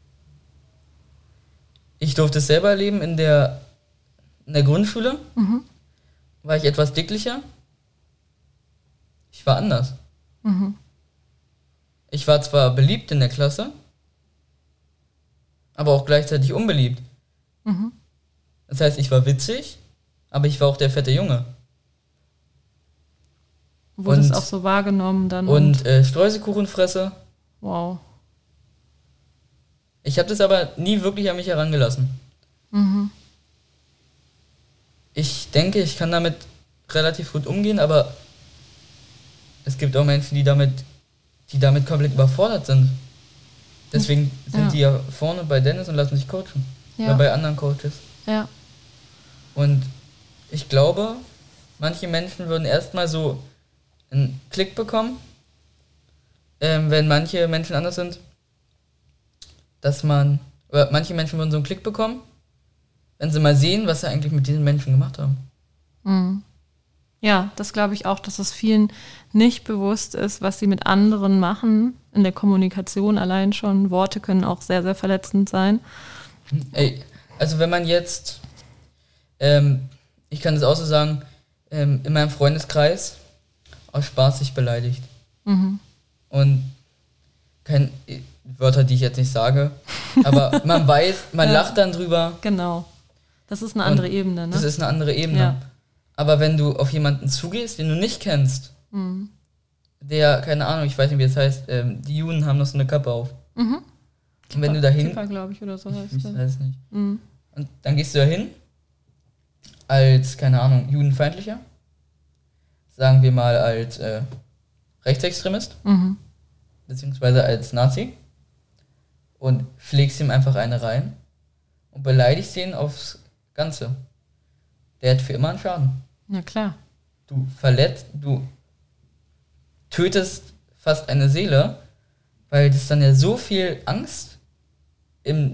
Ich durfte es selber erleben in der Grundschule, Mhm. war ich etwas dicklicher. Ich war anders. Mhm. Ich war zwar beliebt in der Klasse, aber auch gleichzeitig unbeliebt. Mhm. Das heißt, ich war witzig, aber ich war auch der fette Junge. Wurde es Und- auch so wahrgenommen dann. Und Streuselkuchenfresse. Wow. Ich habe das aber nie wirklich an mich herangelassen. Mhm. Ich denke, ich kann damit relativ gut umgehen, aber es gibt auch Menschen, die damit komplett überfordert sind. Deswegen sind Ja. die ja vorne bei Dennis und lassen sich coachen. Ja. Oder bei anderen Coaches. Ja. Und ich glaube, manche Menschen würden erstmal so einen Klick bekommen, wenn manche Menschen anders sind, oder manche Menschen würden so einen Klick bekommen, wenn sie mal sehen, was sie eigentlich mit diesen Menschen gemacht haben. Mhm. Ja, das glaube ich auch, dass es vielen nicht bewusst ist, was sie mit anderen machen. In der Kommunikation allein schon. Worte können auch sehr, sehr verletzend sein. Ey, also wenn man jetzt, ich kann das auch so sagen, in meinem Freundeskreis aus Spaß sich beleidigt. Mhm. Und keine Wörter, die ich jetzt nicht sage, aber man weiß, man lacht dann drüber. Genau. Das ist eine andere Ebene, ne? Das ist eine andere Ebene. Ja. Aber wenn du auf jemanden zugehst, den du nicht kennst, der, keine Ahnung, ich weiß nicht, wie es heißt, die Juden haben noch so eine Kappe auf. Mhm. Und wenn du dahin... Kippa, glaube ich, oder so heißt Ich das. weiß nicht. Mhm. Und dann gehst du dahin, als, keine Ahnung, judenfeindlicher, sagen wir mal als Rechtsextremist, Mhm. beziehungsweise als Nazi, und schlägst ihm einfach eine rein und beleidigst ihn aufs Ganze. Der hat für immer einen Schaden. Na klar. Du tötest fast eine Seele, weil das dann ja so viel Angst im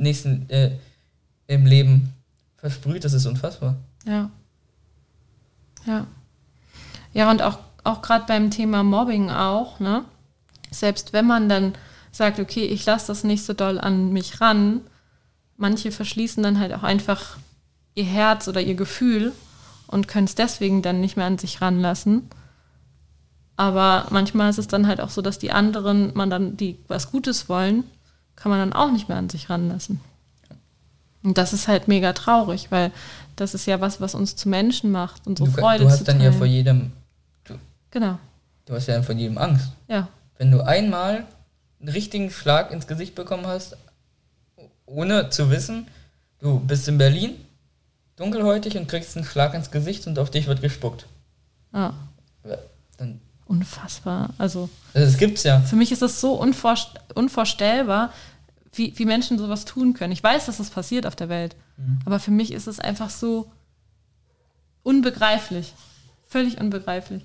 Leben versprüht, das ist unfassbar. Ja. Ja. Ja, und auch gerade beim Thema Mobbing auch, ne? Selbst wenn man dann sagt, okay, ich lasse das nicht so doll an mich ran, manche verschließen dann halt auch einfach ihr Herz oder ihr Gefühl und können es deswegen dann nicht mehr an sich ranlassen. Aber manchmal ist es dann halt auch so, dass die anderen, die was Gutes wollen, kann man dann auch nicht mehr an sich ranlassen. Und das ist halt mega traurig, weil das ist ja was uns zu Menschen macht, unsere Freude Du hast zu dann teilen. ja vor jedem... Genau, Du hast ja dann vor jedem Angst. ja. Wenn du einmal einen richtigen Schlag ins Gesicht bekommen hast, ohne zu wissen, du bist in Berlin, dunkelhäutig und kriegst einen Schlag ins Gesicht und auf dich wird gespuckt. Ja. Dann, Unfassbar. Also das gibt's ja. für mich ist es so unvorstellbar, wie Menschen sowas tun können. Ich weiß, dass das passiert auf der Welt, aber für mich ist es einfach so unbegreiflich. Völlig unbegreiflich.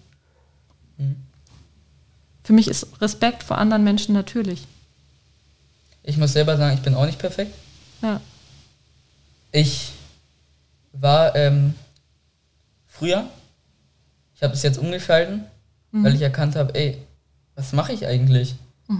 Für mich ist Respekt vor anderen Menschen natürlich. Ich muss selber sagen, ich bin auch nicht perfekt. Ja. Ich war früher, ich habe es jetzt umgeschalten, weil ich erkannt habe, ey, was mache ich eigentlich?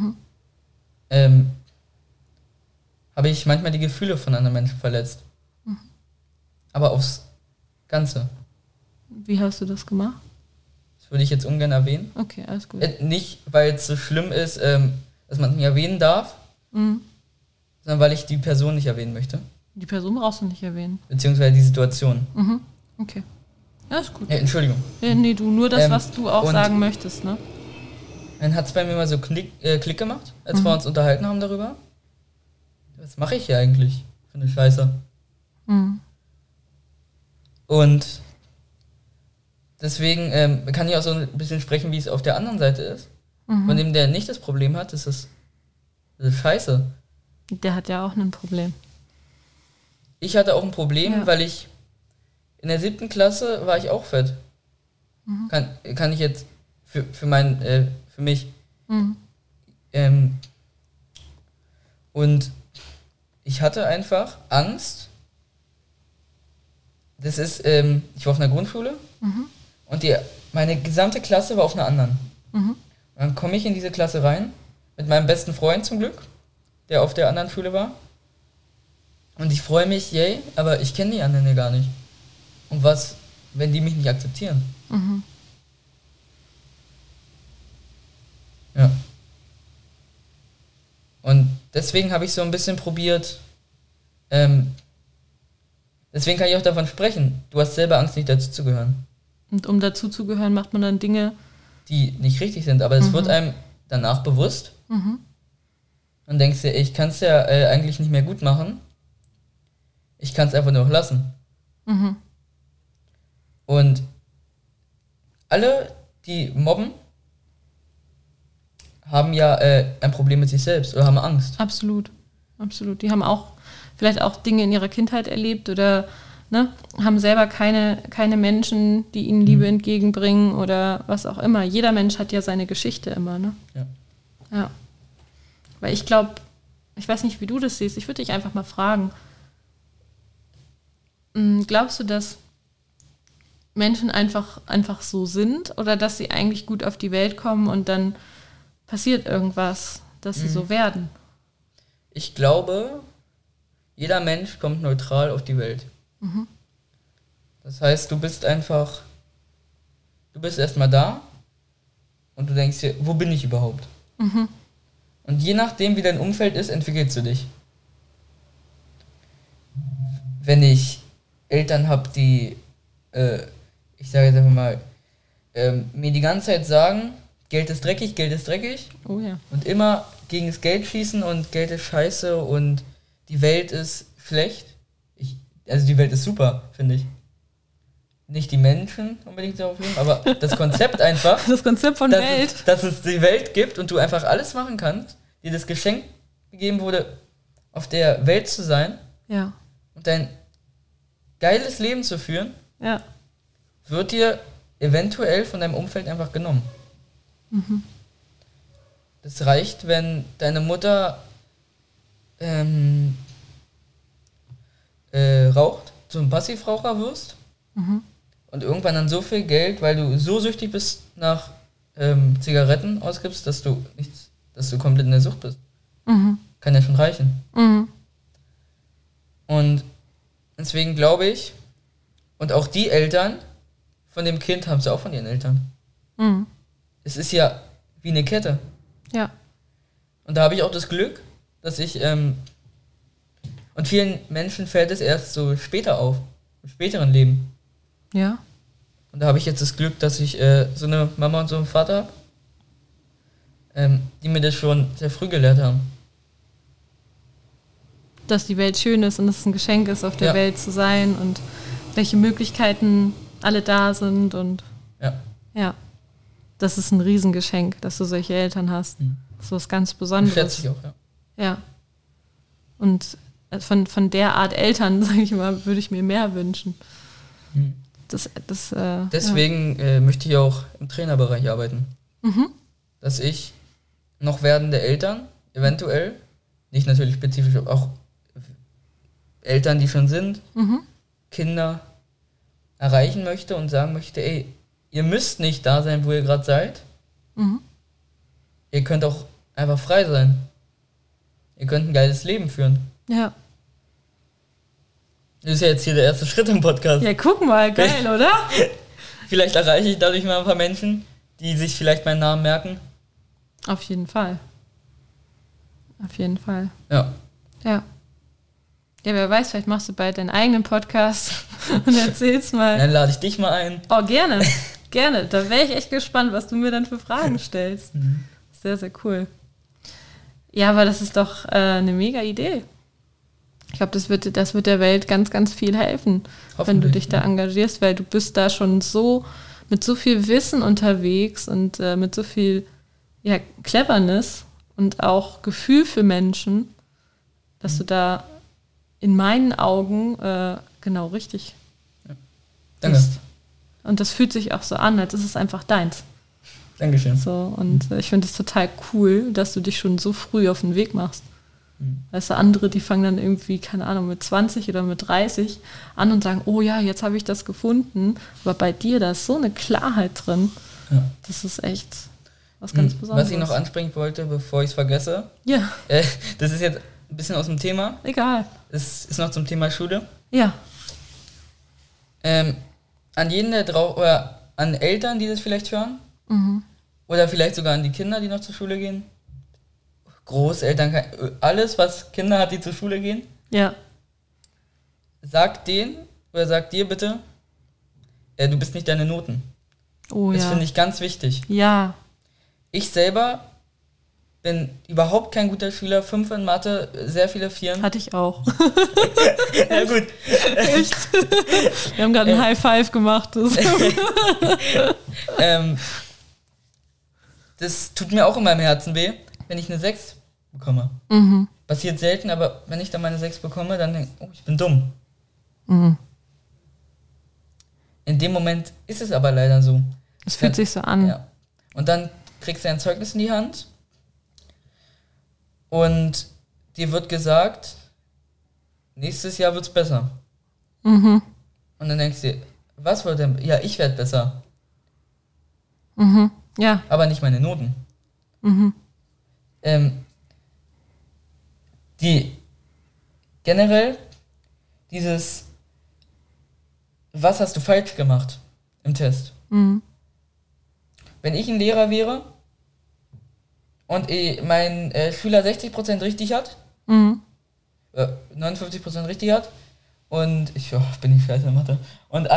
Habe ich manchmal die Gefühle von anderen Menschen verletzt. Aber aufs Ganze. Wie hast du das gemacht? Das würde ich jetzt ungern erwähnen. Okay, alles gut. Nicht, weil es so schlimm ist, dass man es nicht erwähnen darf, sondern weil ich die Person nicht erwähnen möchte. Die Person brauchst du nicht erwähnen. Beziehungsweise die Situation. Okay. Ja, ist gut. Entschuldigung. Nee, du, nur das, was du auch und- sagen möchtest, ne? Dann hat es bei mir mal so Klick gemacht, als wir uns unterhalten haben darüber. Was mache ich hier eigentlich für eine Scheiße? Und deswegen kann ich auch so ein bisschen sprechen, wie es auf der anderen Seite ist. Von dem, der nicht das Problem hat, das ist scheiße. Der hat ja auch ein Problem. Ich hatte auch ein Problem, Ja. weil ich in der 7. Klasse war ich auch fett. Kann ich jetzt für mich. Und ich hatte einfach Angst. Das ist, ich war auf einer Grundschule und meine gesamte Klasse war auf einer anderen. Und dann komme ich in diese Klasse rein, mit meinem besten Freund zum Glück, der auf der anderen Schule war. Und ich freue mich, yay, aber ich kenne die anderen ja gar nicht. Und was, wenn die mich nicht akzeptieren? Ja. Und deswegen habe ich so ein bisschen probiert, deswegen kann ich auch davon sprechen, du hast selber Angst, nicht dazu zu gehören. Und um dazu zu gehören, macht man dann Dinge. Die nicht richtig sind, aber es wird einem danach bewusst. Und denkst dir, ich kann es ja eigentlich nicht mehr gut machen. Ich kann es einfach nur noch lassen. Und alle, die mobben, haben ja ein Problem mit sich selbst oder haben Angst. Absolut. Absolut. Die haben auch vielleicht auch Dinge in ihrer Kindheit erlebt oder ne, haben selber keine Menschen, die ihnen Liebe entgegenbringen oder was auch immer. Jeder Mensch hat ja seine Geschichte immer, ne? Ja. Weil ich glaube, ich weiß nicht, wie du das siehst, ich würde dich einfach mal fragen, glaubst du, dass Menschen einfach so sind oder dass sie eigentlich gut auf die Welt kommen und dann passiert irgendwas, dass sie so werden? Ich glaube, jeder Mensch kommt neutral auf die Welt. Das heißt, du bist erstmal da und du denkst dir, wo bin ich überhaupt? Und je nachdem, wie dein Umfeld ist, entwickelst du dich. Wenn ich Eltern habe, die, ich sage jetzt einfach mal, mir die ganze Zeit sagen, Geld ist dreckig, Geld ist dreckig. Oh ja. Und immer gegen das Geld schießen und Geld ist scheiße und die Welt ist schlecht. Also die Welt ist super, finde ich. Nicht die Menschen unbedingt darauf nehmen, aber das Konzept einfach. Das Konzept von Welt. Dass es die Welt gibt und du einfach alles machen kannst, dir das Geschenk gegeben wurde, auf der Welt zu sein. Ja. Und dein geiles Leben zu führen, Ja. wird dir eventuell von deinem Umfeld einfach genommen. Das reicht, wenn deine Mutter raucht, zum Passivraucher wirst und irgendwann dann so viel Geld, weil du so süchtig bist nach Zigaretten ausgibst, dass du komplett in der Sucht bist. Kann ja schon reichen. Und deswegen glaube ich, und auch die Eltern von dem Kind haben es auch von ihren Eltern. Es ist ja wie eine Kette. Ja. Und da habe ich auch das Glück, dass ich, und vielen Menschen fällt es erst so später auf, im späteren Leben. Ja. Und da habe ich jetzt das Glück, dass ich so eine Mama und so einen Vater habe, die mir das schon sehr früh gelehrt haben. Dass die Welt schön ist und dass es ein Geschenk ist, auf der Welt zu sein und welche Möglichkeiten alle da sind und ja. Das ist ein Riesengeschenk, dass du solche Eltern hast. Das ist was ganz Besonderes. Schätze ich auch, ja. Ja. Und von der Art Eltern, sage ich mal, würde ich mir mehr wünschen. Deswegen möchte ich auch im Trainerbereich arbeiten. Dass ich noch werdende Eltern, eventuell, nicht natürlich spezifisch, auch Eltern, die schon sind, Kinder erreichen möchte und sagen möchte, ey, ihr müsst nicht da sein, wo ihr gerade seid. Ihr könnt auch einfach frei sein. Ihr könnt ein geiles Leben führen. Ja. Das ist ja jetzt hier der erste Schritt im Podcast. Ja, guck mal, geil, oder? Vielleicht erreiche ich dadurch mal ein paar Menschen, die sich vielleicht meinen Namen merken. Auf jeden Fall. Auf jeden Fall. Ja. Ja. Ja, wer weiß, vielleicht machst du bald deinen eigenen Podcast und erzählst mal. Dann lade ich dich mal ein. Oh, gerne. Gerne. Da wäre ich echt gespannt, was du mir dann für Fragen stellst. Sehr, sehr cool. Ja, aber das ist doch eine mega Idee. Ich glaube, das wird der Welt ganz, ganz viel helfen, wenn du dich da engagierst, weil du bist da schon so mit so viel Wissen unterwegs und mit so viel Cleverness und auch Gefühl für Menschen, dass du da in meinen Augen genau richtig Danke. bist. Und das fühlt sich auch so an, als ist es einfach deins. Dankeschön. So, und ich finde es total cool, dass du dich schon so früh auf den Weg machst. Weißt du, andere, die fangen dann irgendwie, keine Ahnung, mit 20 oder mit 30 an und sagen, oh ja, jetzt habe ich das gefunden. Aber bei dir, da ist so eine Klarheit drin. Ja. Das ist echt was ganz Besonderes. Was ich noch ansprechen wollte, bevor ich es vergesse. Ja. Das ist jetzt ein bisschen aus dem Thema. Egal. Es ist noch zum Thema Schule. Ja. An jeden, oder an Eltern, die das vielleicht hören. Oder vielleicht sogar an die Kinder, die noch zur Schule gehen. Großeltern, alles, was Kinder hat, die zur Schule gehen. Ja. Sag denen oder sag dir bitte, du bist nicht deine Noten. Oh Das ja. finde ich ganz wichtig. Ja. Ich selber bin überhaupt kein guter Schüler, 5 in Mathe, sehr viele Vieren. Hatte ich auch. Ja gut. Echt? Wir haben gerade ein High Five gemacht. Das tut mir auch in meinem Herzen weh, wenn ich eine 6 bekomme. Passiert selten, aber wenn ich dann meine 6 bekomme, dann denke ich, oh, ich bin dumm. In dem Moment ist es aber leider so. Es fühlt sich so an. Ja. Und dann kriegst du ein Zeugnis in die Hand und dir wird gesagt, nächstes Jahr wird's besser. Mhm. Und dann denkst du dir, was wird denn? Ja, ich werde besser. Mhm. Ja. Aber nicht meine Noten. Mhm. Die generell dieses, was hast du falsch gemacht im Test? Mhm. Wenn ich ein Lehrer wäre und mein Schüler 60% richtig hat, Mhm. 59% richtig hat und ich bin nicht scheiße in Mathe und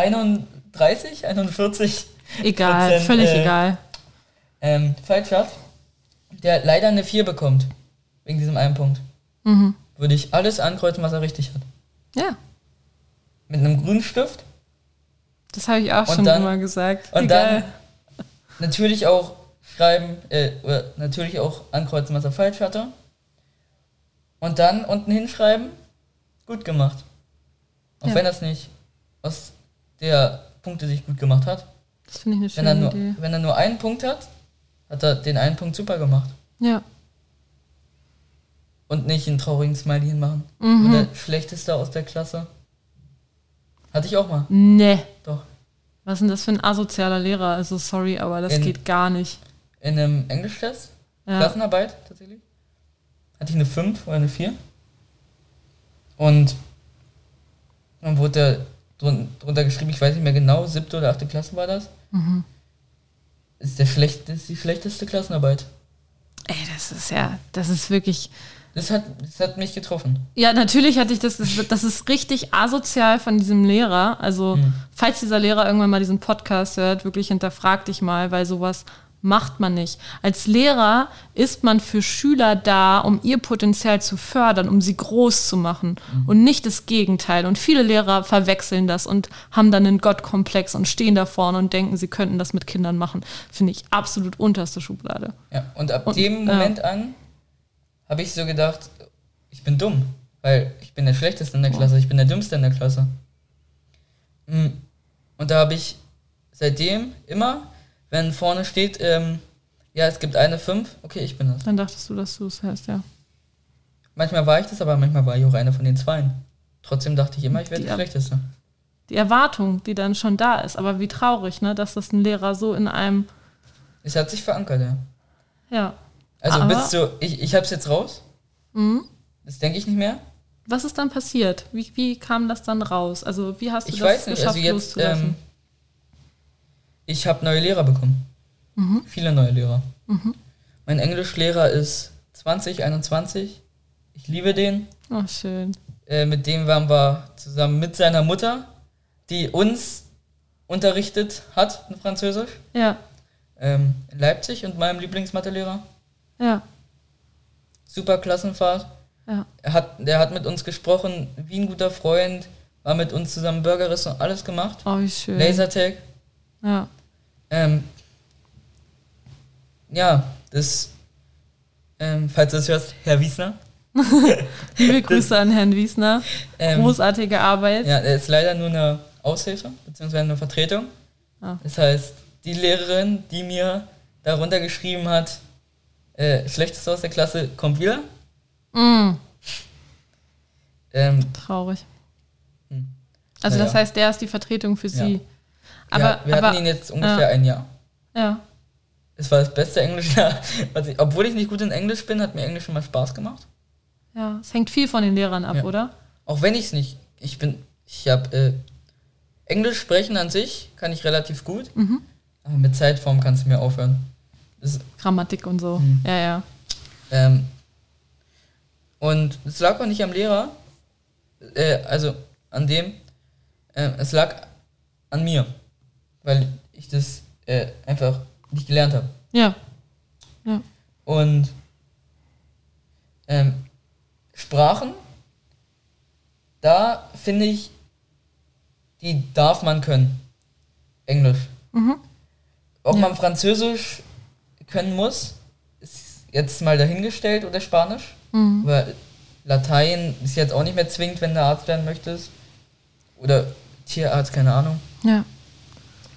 41 Egal, völlig egal. falsch hat, der leider eine 4 bekommt, wegen diesem einen Punkt, Mhm. würde ich alles ankreuzen, was er richtig hat. Ja, Mit einem grünen Stift das habe ich auch Und schon dann- immer gesagt. und Egal. dann natürlich auch schreiben, oder natürlich auch ankreuzen, was er falsch hatte. Und dann unten hinschreiben, gut gemacht. Auch Ja. wenn das nicht aus der Punkte sich gut gemacht hat. Das finde ich Wenn eine er, schöne Idee. wenn er nur einen Punkt hat, hat er den einen Punkt super gemacht. Ja. Und nicht einen traurigen Smiley hinmachen. Mhm. Oder schlechtester aus der Klasse. Hatte ich auch mal. Nee. Doch. Was ist denn das für ein asozialer Lehrer? Also sorry, aber das geht gar nicht. In einem Englischtest, Ja. Klassenarbeit tatsächlich, hatte ich eine 5 oder eine 4. Und dann wurde drunter geschrieben, ich weiß nicht mehr genau, 7. oder 8. Klasse war das. Mhm. Das ist die schlechteste Klassenarbeit. Ey, das ist wirklich. Das hat mich getroffen. Ja, natürlich hatte ich das ist richtig asozial von diesem Lehrer. Also, falls dieser Lehrer irgendwann mal diesen Podcast hört, wirklich hinterfrag dich mal, weil sowas macht man nicht. Als Lehrer ist man für Schüler da, um ihr Potenzial zu fördern, um sie groß zu machen und nicht das Gegenteil. Und viele Lehrer verwechseln das und haben dann einen Gottkomplex und stehen da vorne und denken, sie könnten das mit Kindern machen. Finde ich absolut unterste Schublade. Ja, und ab dem Moment an habe ich so gedacht, ich bin dumm, weil ich bin der Schlechteste in der Klasse, ich bin der Dümmste in der Klasse. Und da habe ich seitdem immer, wenn vorne steht, ja, es gibt eine 5, okay, ich bin das. Dann dachtest du, dass du es hast, ja. Manchmal war ich das, aber manchmal war ich auch einer von den Zweien. Trotzdem dachte ich immer, ich werde Die der Schlechteste. Die Erwartung, die dann schon da ist. Aber wie traurig, ne, dass das ein Lehrer so in einem, Es hat sich verankert, ja. ja. Also Aber- bis zu, ich hab's jetzt raus, Mhm. das denke ich nicht mehr. Was ist dann passiert? Wie kam das dann raus? Also wie hast du Ich das weiß nicht, geschafft, also jetzt, loszulassen? ich habe neue Lehrer bekommen. Mhm. Viele neue Lehrer. Mhm. Mein Englischlehrer ist 2021. Ich liebe den. Oh, schön. Mit dem waren wir zusammen mit seiner Mutter, die uns unterrichtet hat in Französisch, Ja, in Leipzig, und meinem Lieblingsmathelehrer. ja, Super Klassenfahrt. ja. Der hat mit uns gesprochen, wie ein guter Freund, war mit uns zusammen Burgerrestaurant, alles gemacht. Oh, wie schön. Lasertag. Ja. Ja, das, falls du das hörst, Herr Wiesner. Liebe Grüße an Herrn Wiesner. Großartige Arbeit. Ja, er ist leider nur eine Aushilfe, beziehungsweise eine Vertretung. Ah. Das heißt, die Lehrerin, die mir darunter geschrieben hat, Schlechteste aus der Klasse, kommt wieder. Mm, Ähm, traurig. Hm. Also Naja. das heißt, der ist die Vertretung für Sie. wir hatten ihn jetzt ungefähr ein Jahr. Ja. Es war das beste Englischjahr. Obwohl ich nicht gut in Englisch bin, hat mir Englisch immer Spaß gemacht. Ja, es hängt viel von den Lehrern ab, Ja. oder? Auch wenn ich es nicht. Ich habe Englisch sprechen an sich kann ich relativ gut, Mhm. aber mit Zeitform kannst du mir aufhören. Das, Grammatik und so. Mhm. Ja, ja. Und es lag auch nicht am Lehrer, also an dem, es lag an mir, weil ich das einfach nicht gelernt habe. Ja. Ja. Und Sprachen, da finde ich, die darf man können. Englisch. Mhm. Ob Ja. man Französisch können muss, ist jetzt mal dahingestellt, oder Spanisch. Mhm. Aber Latein ist jetzt auch nicht mehr zwingend, wenn du Arzt werden möchtest. Oder Tierarzt, keine Ahnung. Ja.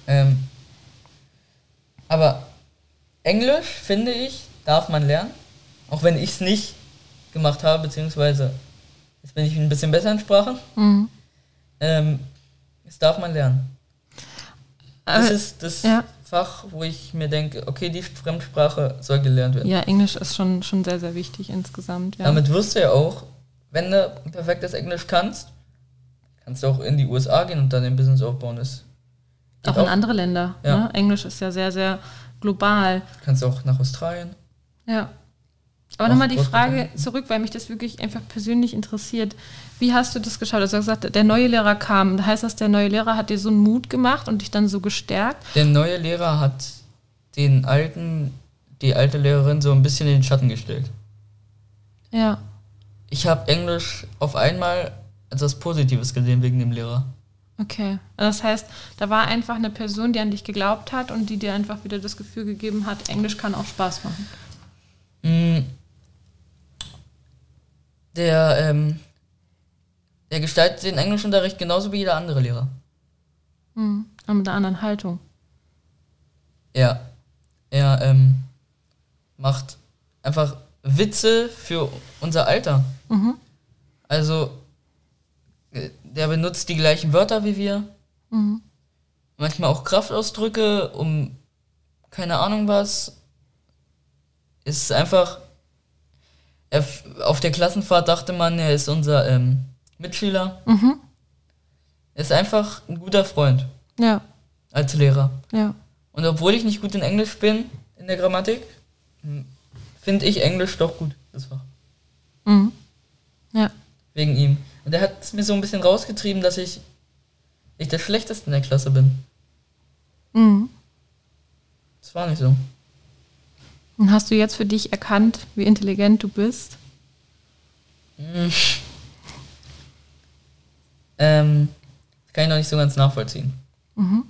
Aber Englisch, finde ich, darf man lernen. Auch wenn ich es nicht gemacht habe, beziehungsweise jetzt bin ich ein bisschen besser in Sprachen. Mhm. Das darf man lernen. Das ist das ja. Fach, wo ich mir denke, okay, die Fremdsprache soll gelernt werden. Ja, Englisch ist schon sehr, sehr wichtig insgesamt. Ja. Damit wirst du ja auch, wenn du perfektes Englisch kannst du auch in die USA gehen und dann ein Business aufbauen. Das auch in andere Länder. Ja. Ne? Englisch ist ja sehr, sehr global. Kannst auch nach Australien. Ja. Aber nochmal die Frage zurück, weil mich das wirklich einfach persönlich interessiert. Wie hast du das geschaut? Also du hast gesagt, der neue Lehrer kam. Heißt das, der neue Lehrer hat dir so einen Mut gemacht und dich dann so gestärkt? Der neue Lehrer hat die alte Lehrerin so ein bisschen in den Schatten gestellt. Ja. Ich habe Englisch auf einmal als was Positives gesehen wegen dem Lehrer. Okay. Das heißt, da war einfach eine Person, die an dich geglaubt hat und die dir einfach wieder das Gefühl gegeben hat, Englisch kann auch Spaß machen. Der gestaltet den Englischunterricht genauso wie jeder andere Lehrer. Aber mit einer anderen Haltung. Ja. Er macht einfach Witze für unser Alter. Mhm. Also, der benutzt die gleichen Wörter wie wir. Mhm. Manchmal auch Kraftausdrücke, um keine Ahnung was. Ist einfach... auf der Klassenfahrt dachte man, er ist unser Mitschüler. Mhm. Er ist einfach ein guter Freund Ja. als Lehrer. Ja. Und obwohl ich nicht gut in Englisch bin, in der Grammatik, finde ich Englisch doch gut, das Fach. Mhm. Ja. Wegen ihm. Und er hat es mir so ein bisschen rausgetrieben, dass ich der Schlechteste in der Klasse bin. Mhm. Das war nicht so. Und hast du jetzt für dich erkannt, wie intelligent du bist? Kann ich noch nicht so ganz nachvollziehen. Mhm.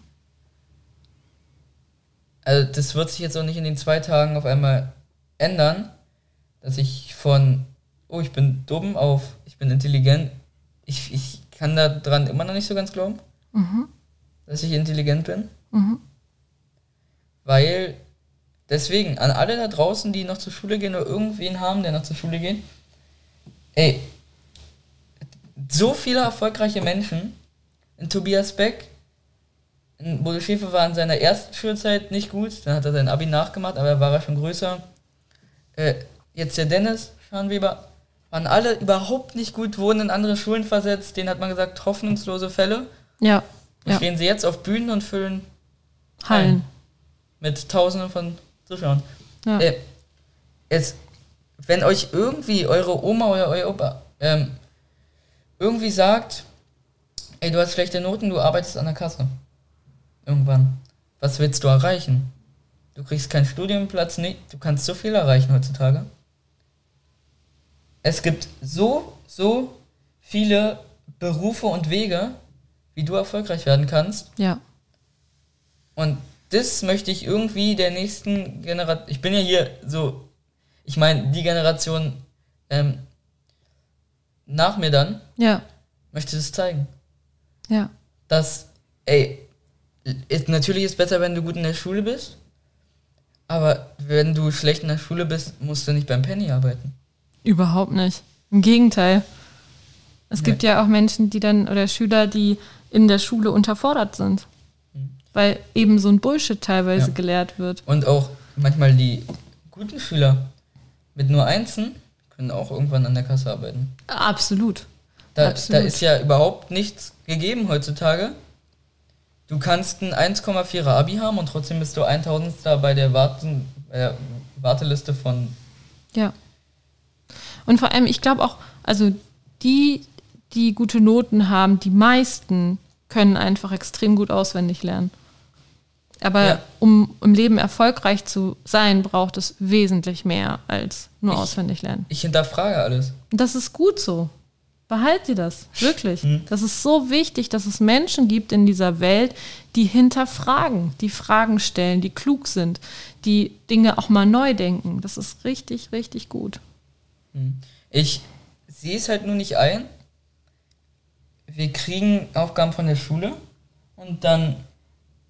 Also das wird sich jetzt auch nicht in den 2 Tagen auf einmal ändern, dass ich von, oh, ich bin dumm auf, ich bin intelligent. Ich kann da dran immer noch nicht so ganz glauben, dass ich intelligent bin. Mhm. Weil, deswegen, an alle da draußen, die noch zur Schule gehen oder irgendwen haben, der noch zur Schule geht, ey, so viele erfolgreiche Menschen, in Tobias Beck, in Bodo Schäfer war in seiner ersten Schulzeit nicht gut, dann hat er sein Abi nachgemacht, aber er war schon größer. Jetzt der Dennis Scharnweber, waren alle überhaupt nicht gut, wurden in andere Schulen versetzt, denen hat man gesagt, hoffnungslose Fälle. Ja. Und stehen sie jetzt auf Bühnen und füllen Hallen. mit Tausenden von Zuschauern. Ja. Wenn euch irgendwie eure Oma oder euer Opa irgendwie sagt, ey, du hast schlechte Noten, du arbeitest an der Kasse. Irgendwann. Was willst du erreichen? Du kriegst keinen Studienplatz, nicht. Du kannst so viel erreichen heutzutage. Es gibt so viele Berufe und Wege, wie du erfolgreich werden kannst. Ja. Und das möchte ich irgendwie der nächsten Generation, ich bin ja hier so, ich meine, die Generation nach mir dann, Ja. möchte das zeigen. Ja. Dass, natürlich ist es besser, wenn du gut in der Schule bist, aber wenn du schlecht in der Schule bist, musst du nicht beim Penny arbeiten. Überhaupt nicht. Im Gegenteil. Es gibt ja auch Menschen, die dann, oder Schüler, die in der Schule unterfordert sind. Weil eben so ein Bullshit teilweise gelehrt wird. Und auch manchmal die guten Schüler mit nur Einsen können auch irgendwann an der Kasse arbeiten. Absolut. Da Absolut. ist ja überhaupt nichts gegeben heutzutage. Du kannst ein 1,4er Abi haben und trotzdem bist du 1000. bei der Warteliste von... Ja. Und vor allem, ich glaube auch, also die gute Noten haben, die meisten können einfach extrem gut auswendig lernen. Aber um im Leben erfolgreich zu sein, braucht es wesentlich mehr als nur auswendig lernen. Ich hinterfrage alles. Und das ist gut so. Behalt dir das, wirklich. Das ist so wichtig, dass es Menschen gibt in dieser Welt, die hinterfragen, die Fragen stellen, die klug sind, die Dinge auch mal neu denken. Das ist richtig, richtig gut. Ich sehe es halt nur nicht ein. Wir kriegen Aufgaben von der Schule und dann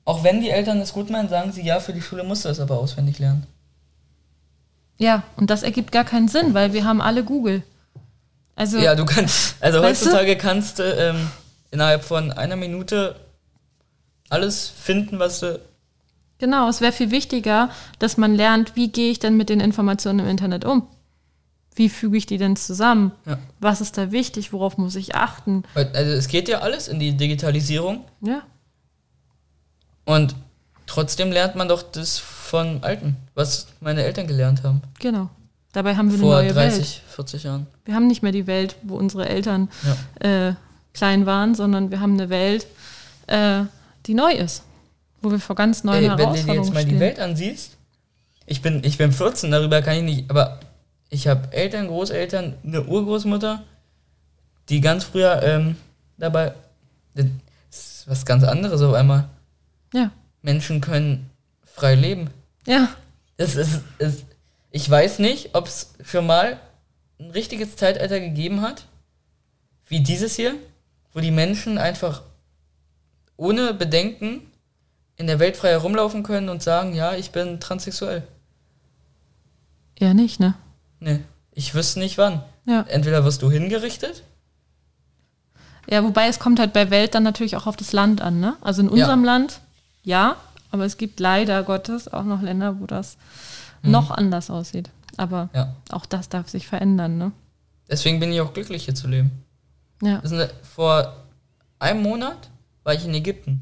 Auch wenn die Eltern es gut meinen, sagen sie, ja, für die Schule musst du das aber auswendig lernen. Ja, und das ergibt gar keinen Sinn, weil wir haben alle Google. Also, Ja, du kannst, also Weißt du? heutzutage kannst du innerhalb von einer Minute alles finden, was du... genau, es wäre viel wichtiger, dass man lernt, wie gehe ich denn mit den Informationen im Internet um? Wie füge ich die denn zusammen? Ja. Was ist da wichtig? Worauf muss ich achten? Also es geht ja alles in die Digitalisierung Ja, und trotzdem lernt man doch das von Alten, was meine Eltern gelernt haben. genau. Dabei haben wir Vor eine neue 30, Welt. 40 Jahren. Wir haben nicht mehr die Welt, wo unsere Eltern klein waren, sondern wir haben eine Welt, die neu ist. Wo wir vor ganz neuen Ey, wenn du dir Herausforderungen jetzt mal stehen. die Welt ansiehst, ich bin 14, darüber kann ich nicht, aber ich habe Eltern, Großeltern, eine Urgroßmutter, die ganz früher dabei, das ist was ganz anderes auf einmal. Ja, Menschen können frei leben. ja, Ich weiß nicht, ob es schon mal ein richtiges Zeitalter gegeben hat, wie dieses hier, wo die Menschen einfach ohne Bedenken in der Welt frei herumlaufen können und sagen, ja, ich bin transsexuell. eher nicht, ne? Nee, ich wüsste nicht wann. Ja. Entweder wirst du hingerichtet. Ja, wobei es kommt halt bei Welt dann natürlich auch auf das Land an, ne? Also in unserem Land, ja, aber es gibt leider Gottes auch noch Länder, wo das noch anders aussieht. Aber Ja. auch das darf sich verändern, ne? Deswegen bin ich auch glücklich, hier zu leben. Ja. Vor einem Monat war ich in Ägypten.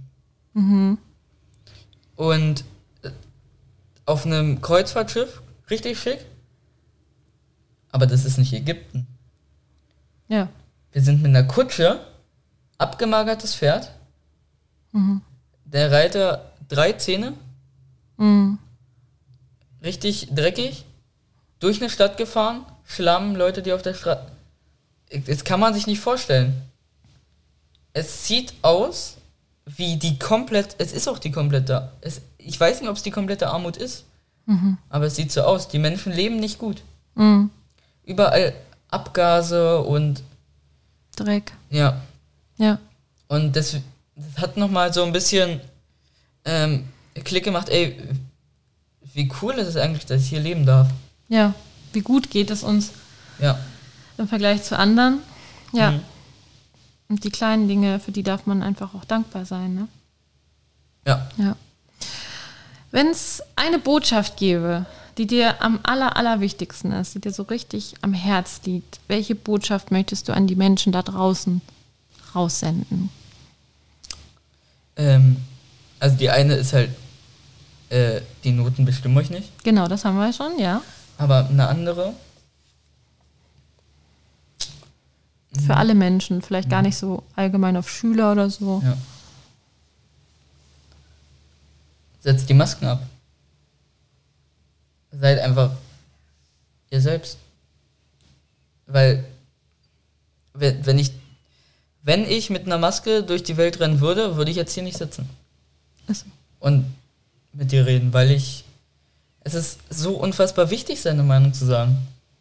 Und auf einem Kreuzfahrtschiff, richtig schick. Aber das ist nicht Ägypten. Ja. Wir sind mit einer Kutsche, abgemagertes Pferd, der Reiter 3 Zähne, richtig dreckig, durch eine Stadt gefahren, Schlamm, Leute, die auf der Straße... Das kann man sich nicht vorstellen. Es sieht aus wie die komplett... Es ist auch die komplette... Ich weiß nicht, ob es die komplette Armut ist, aber es sieht so aus. Die Menschen leben nicht gut. Überall Abgase und... Dreck. Ja, Ja. und das hat nochmal so ein bisschen Klick gemacht, ey, wie cool ist es eigentlich, dass ich hier leben darf. Ja. Wie gut geht es uns Ja, im Vergleich zu anderen? Ja. Und die kleinen Dinge, für die darf man einfach auch dankbar sein, ne? ja. Ja. Wenn es eine Botschaft gäbe, die dir am allerwichtigsten ist, die dir so richtig am Herz liegt, welche Botschaft möchtest du an die Menschen da draußen raussenden? Also die eine ist halt, die Noten bestimmen euch nicht, Genau, das haben wir schon, ja. aber eine andere, Für alle Menschen, vielleicht gar nicht so allgemein auf Schüler oder so. ja. Setzt die Masken ab. Seid einfach ihr selbst. Weil, wenn ich mit einer Maske durch die Welt rennen würde, würde ich jetzt hier nicht sitzen Ist so. und mit dir reden, weil es ist so unfassbar wichtig, seine Meinung zu sagen.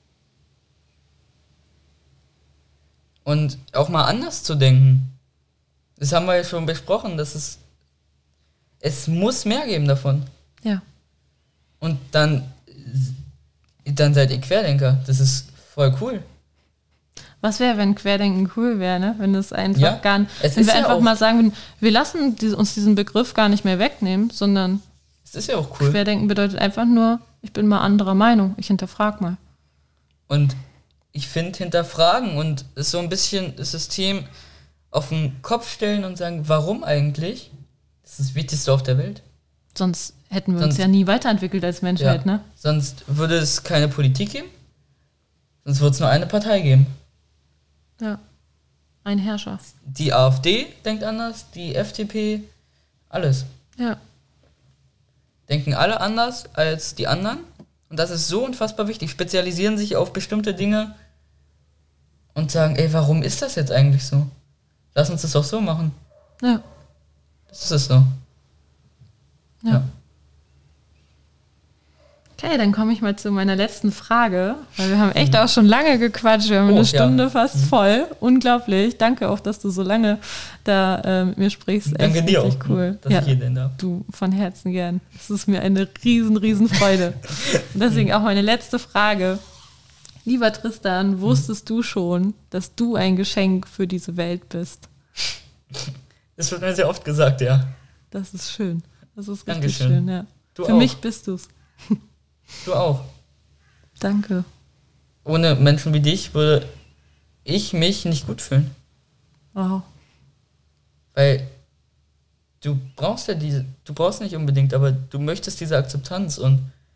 Und auch mal anders zu denken. Das haben wir ja schon besprochen, es muss mehr geben davon. Ja. Und dann seid ihr Querdenker. Das ist voll cool. Was wäre, wenn Querdenken cool wäre, ne? Wenn das einfach Ja, gar nicht, es wenn ist wir ja einfach auch- mal sagen würden, wir lassen uns diesen Begriff gar nicht mehr wegnehmen, sondern Es ist ja auch cool. Querdenken bedeutet einfach nur, ich bin mal anderer Meinung, ich hinterfrag mal. Und ich finde, hinterfragen und so ein bisschen das System auf den Kopf stellen und sagen, warum eigentlich? Das ist das Wichtigste auf der Welt. Sonst hätten wir uns Sonst- ja nie weiterentwickelt als Menschheit, ne? Sonst würde es keine Politik geben. Sonst würde es nur eine Partei geben. Ja. Ein Herrscher. Die AfD denkt anders, die FDP, alles. Ja. Denken alle anders als die anderen. Und das ist so unfassbar wichtig. Spezialisieren sich auf bestimmte Dinge und sagen, ey, warum ist das jetzt eigentlich so? Lass uns das doch so machen. Ja. Das ist es so. Ja. Okay, dann komme ich mal zu meiner letzten Frage, weil wir haben echt auch schon lange gequatscht. Wir haben eine Stunde fast voll. Unglaublich. Danke auch, dass du so lange da mit mir sprichst. Danke dir auch, cool. dass ich hier denn darf. Du, von Herzen gern. Es ist mir eine riesen Freude. Und deswegen auch meine letzte Frage. Lieber Tristan, wusstest du schon, dass du ein Geschenk für diese Welt bist? Das wird mir sehr oft gesagt, ja. Das ist schön. Das ist richtig Dankeschön. schön, ja. Du für auch. mich bist du's. Du auch. Danke. Ohne Menschen wie dich würde ich mich nicht gut fühlen. Wow. Weil du brauchst ja du brauchst nicht unbedingt, aber du möchtest diese Akzeptanz und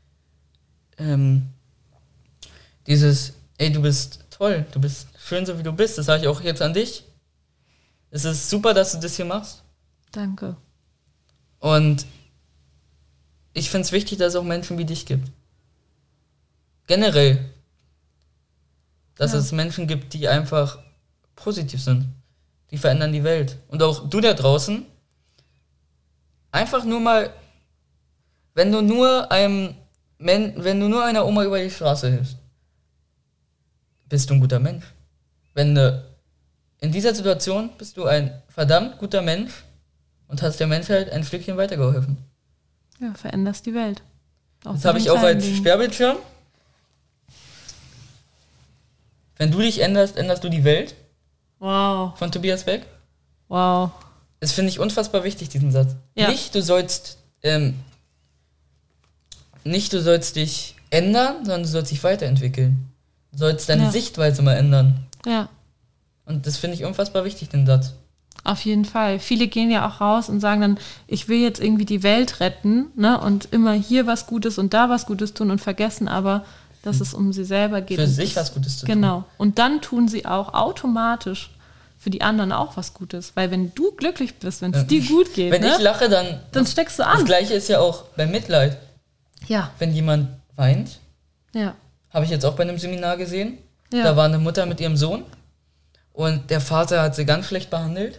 dieses, ey, du bist toll, du bist schön, so wie du bist, das sage ich auch jetzt an dich. Es ist super, dass du das hier machst. Danke. Und ich finde es wichtig, dass es auch Menschen wie dich gibt. Generell. Dass es Menschen gibt, die einfach positiv sind. Die verändern die Welt. Und auch du da draußen, einfach nur mal, wenn du nur einer Oma über die Straße hilfst, bist du ein guter Mensch. In dieser Situation bist du ein verdammt guter Mensch und hast der Menschheit ein Stückchen weitergeholfen. Ja, veränderst die Welt. Das habe ich auch als Sperrbildschirm. Wenn du dich änderst, änderst du die Welt. Wow. Von Tobias Beck. Wow. Das finde ich unfassbar wichtig, diesen Satz. Ja. Nicht, du sollst dich ändern, sondern du sollst dich weiterentwickeln. Du sollst deine Sichtweise mal ändern. Ja. Und das finde ich unfassbar wichtig, den Satz. Auf jeden Fall. Viele gehen ja auch raus und sagen dann, ich will jetzt irgendwie die Welt retten, ne? Und immer hier was Gutes und da was Gutes tun und vergessen aber, dass es um sie selber geht. Für sich was Gutes zu tun. Genau. Und dann tun sie auch automatisch für die anderen auch was Gutes. Weil wenn du glücklich bist, wenn es dir gut geht, wenn ich lache, dann steckst du an. Das Gleiche ist ja auch beim Mitleid. Ja. Wenn jemand weint, Ja. habe ich jetzt auch bei einem Seminar gesehen, Ja. da war eine Mutter mit ihrem Sohn und der Vater hat sie ganz schlecht behandelt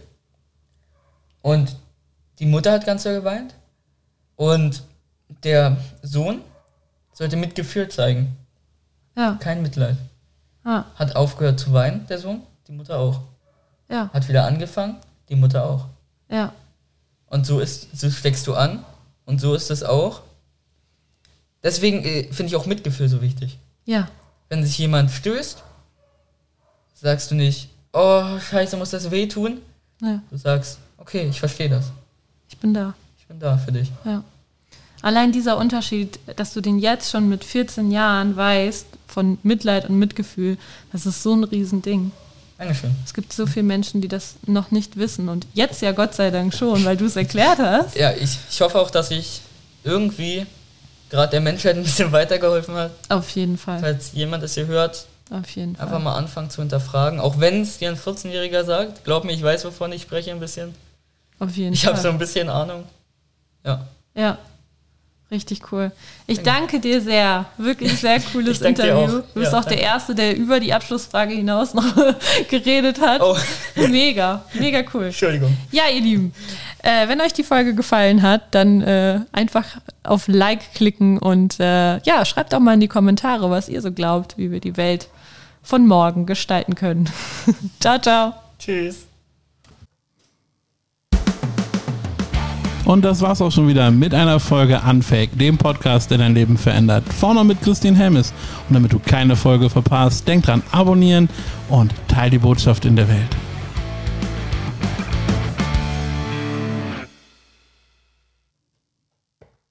und die Mutter hat ganz doll geweint und der Sohn sollte Mitgefühl zeigen. Ja. Kein Mitleid. Ah. Hat aufgehört zu weinen, der Sohn, die Mutter auch. Ja. Hat wieder angefangen, die Mutter auch. Ja. Und so steckst du an und so ist es auch. Deswegen finde ich auch Mitgefühl so wichtig. Ja. Wenn sich jemand stößt, sagst du nicht, oh, scheiße, muss das wehtun? Ja. Du sagst, okay, ich verstehe das. Ich bin da. Ich bin da für dich. Ja. Allein dieser Unterschied, dass du den jetzt schon mit 14 Jahren weißt, von Mitleid und Mitgefühl, das ist so ein Riesending. Dankeschön. Es gibt so viele Menschen, die das noch nicht wissen und jetzt ja Gott sei Dank schon, weil du es erklärt hast. Ja, ich hoffe auch, dass ich irgendwie gerade der Menschheit ein bisschen weitergeholfen hat. Auf jeden Fall. Falls jemand das hier hört, Auf jeden Fall. einfach mal anfangen zu hinterfragen. Auch wenn es dir ein 14-Jähriger sagt, glaub mir, ich weiß, wovon ich spreche ein bisschen. Auf jeden Ich Fall. habe so ein bisschen Ahnung. Ja. Ja, richtig cool. Ich danke dir sehr. Wirklich sehr cooles Ich danke dir Interview. auch. Du bist Ja, auch der danke. Erste, der über die Abschlussfrage hinaus noch geredet hat. Oh, Mega, mega cool. Entschuldigung. Ja, ihr Lieben, wenn euch die Folge gefallen hat, dann einfach auf Like klicken und schreibt auch mal in die Kommentare, was ihr so glaubt, wie wir die Welt von morgen gestalten können. Ciao, ciao. Tschüss. Und das war's auch schon wieder mit einer Folge Unfake, dem Podcast, der dein Leben verändert. Vorne mit Christine Helmes. Und damit du keine Folge verpasst, denk dran, abonnieren und teil die Botschaft in der Welt.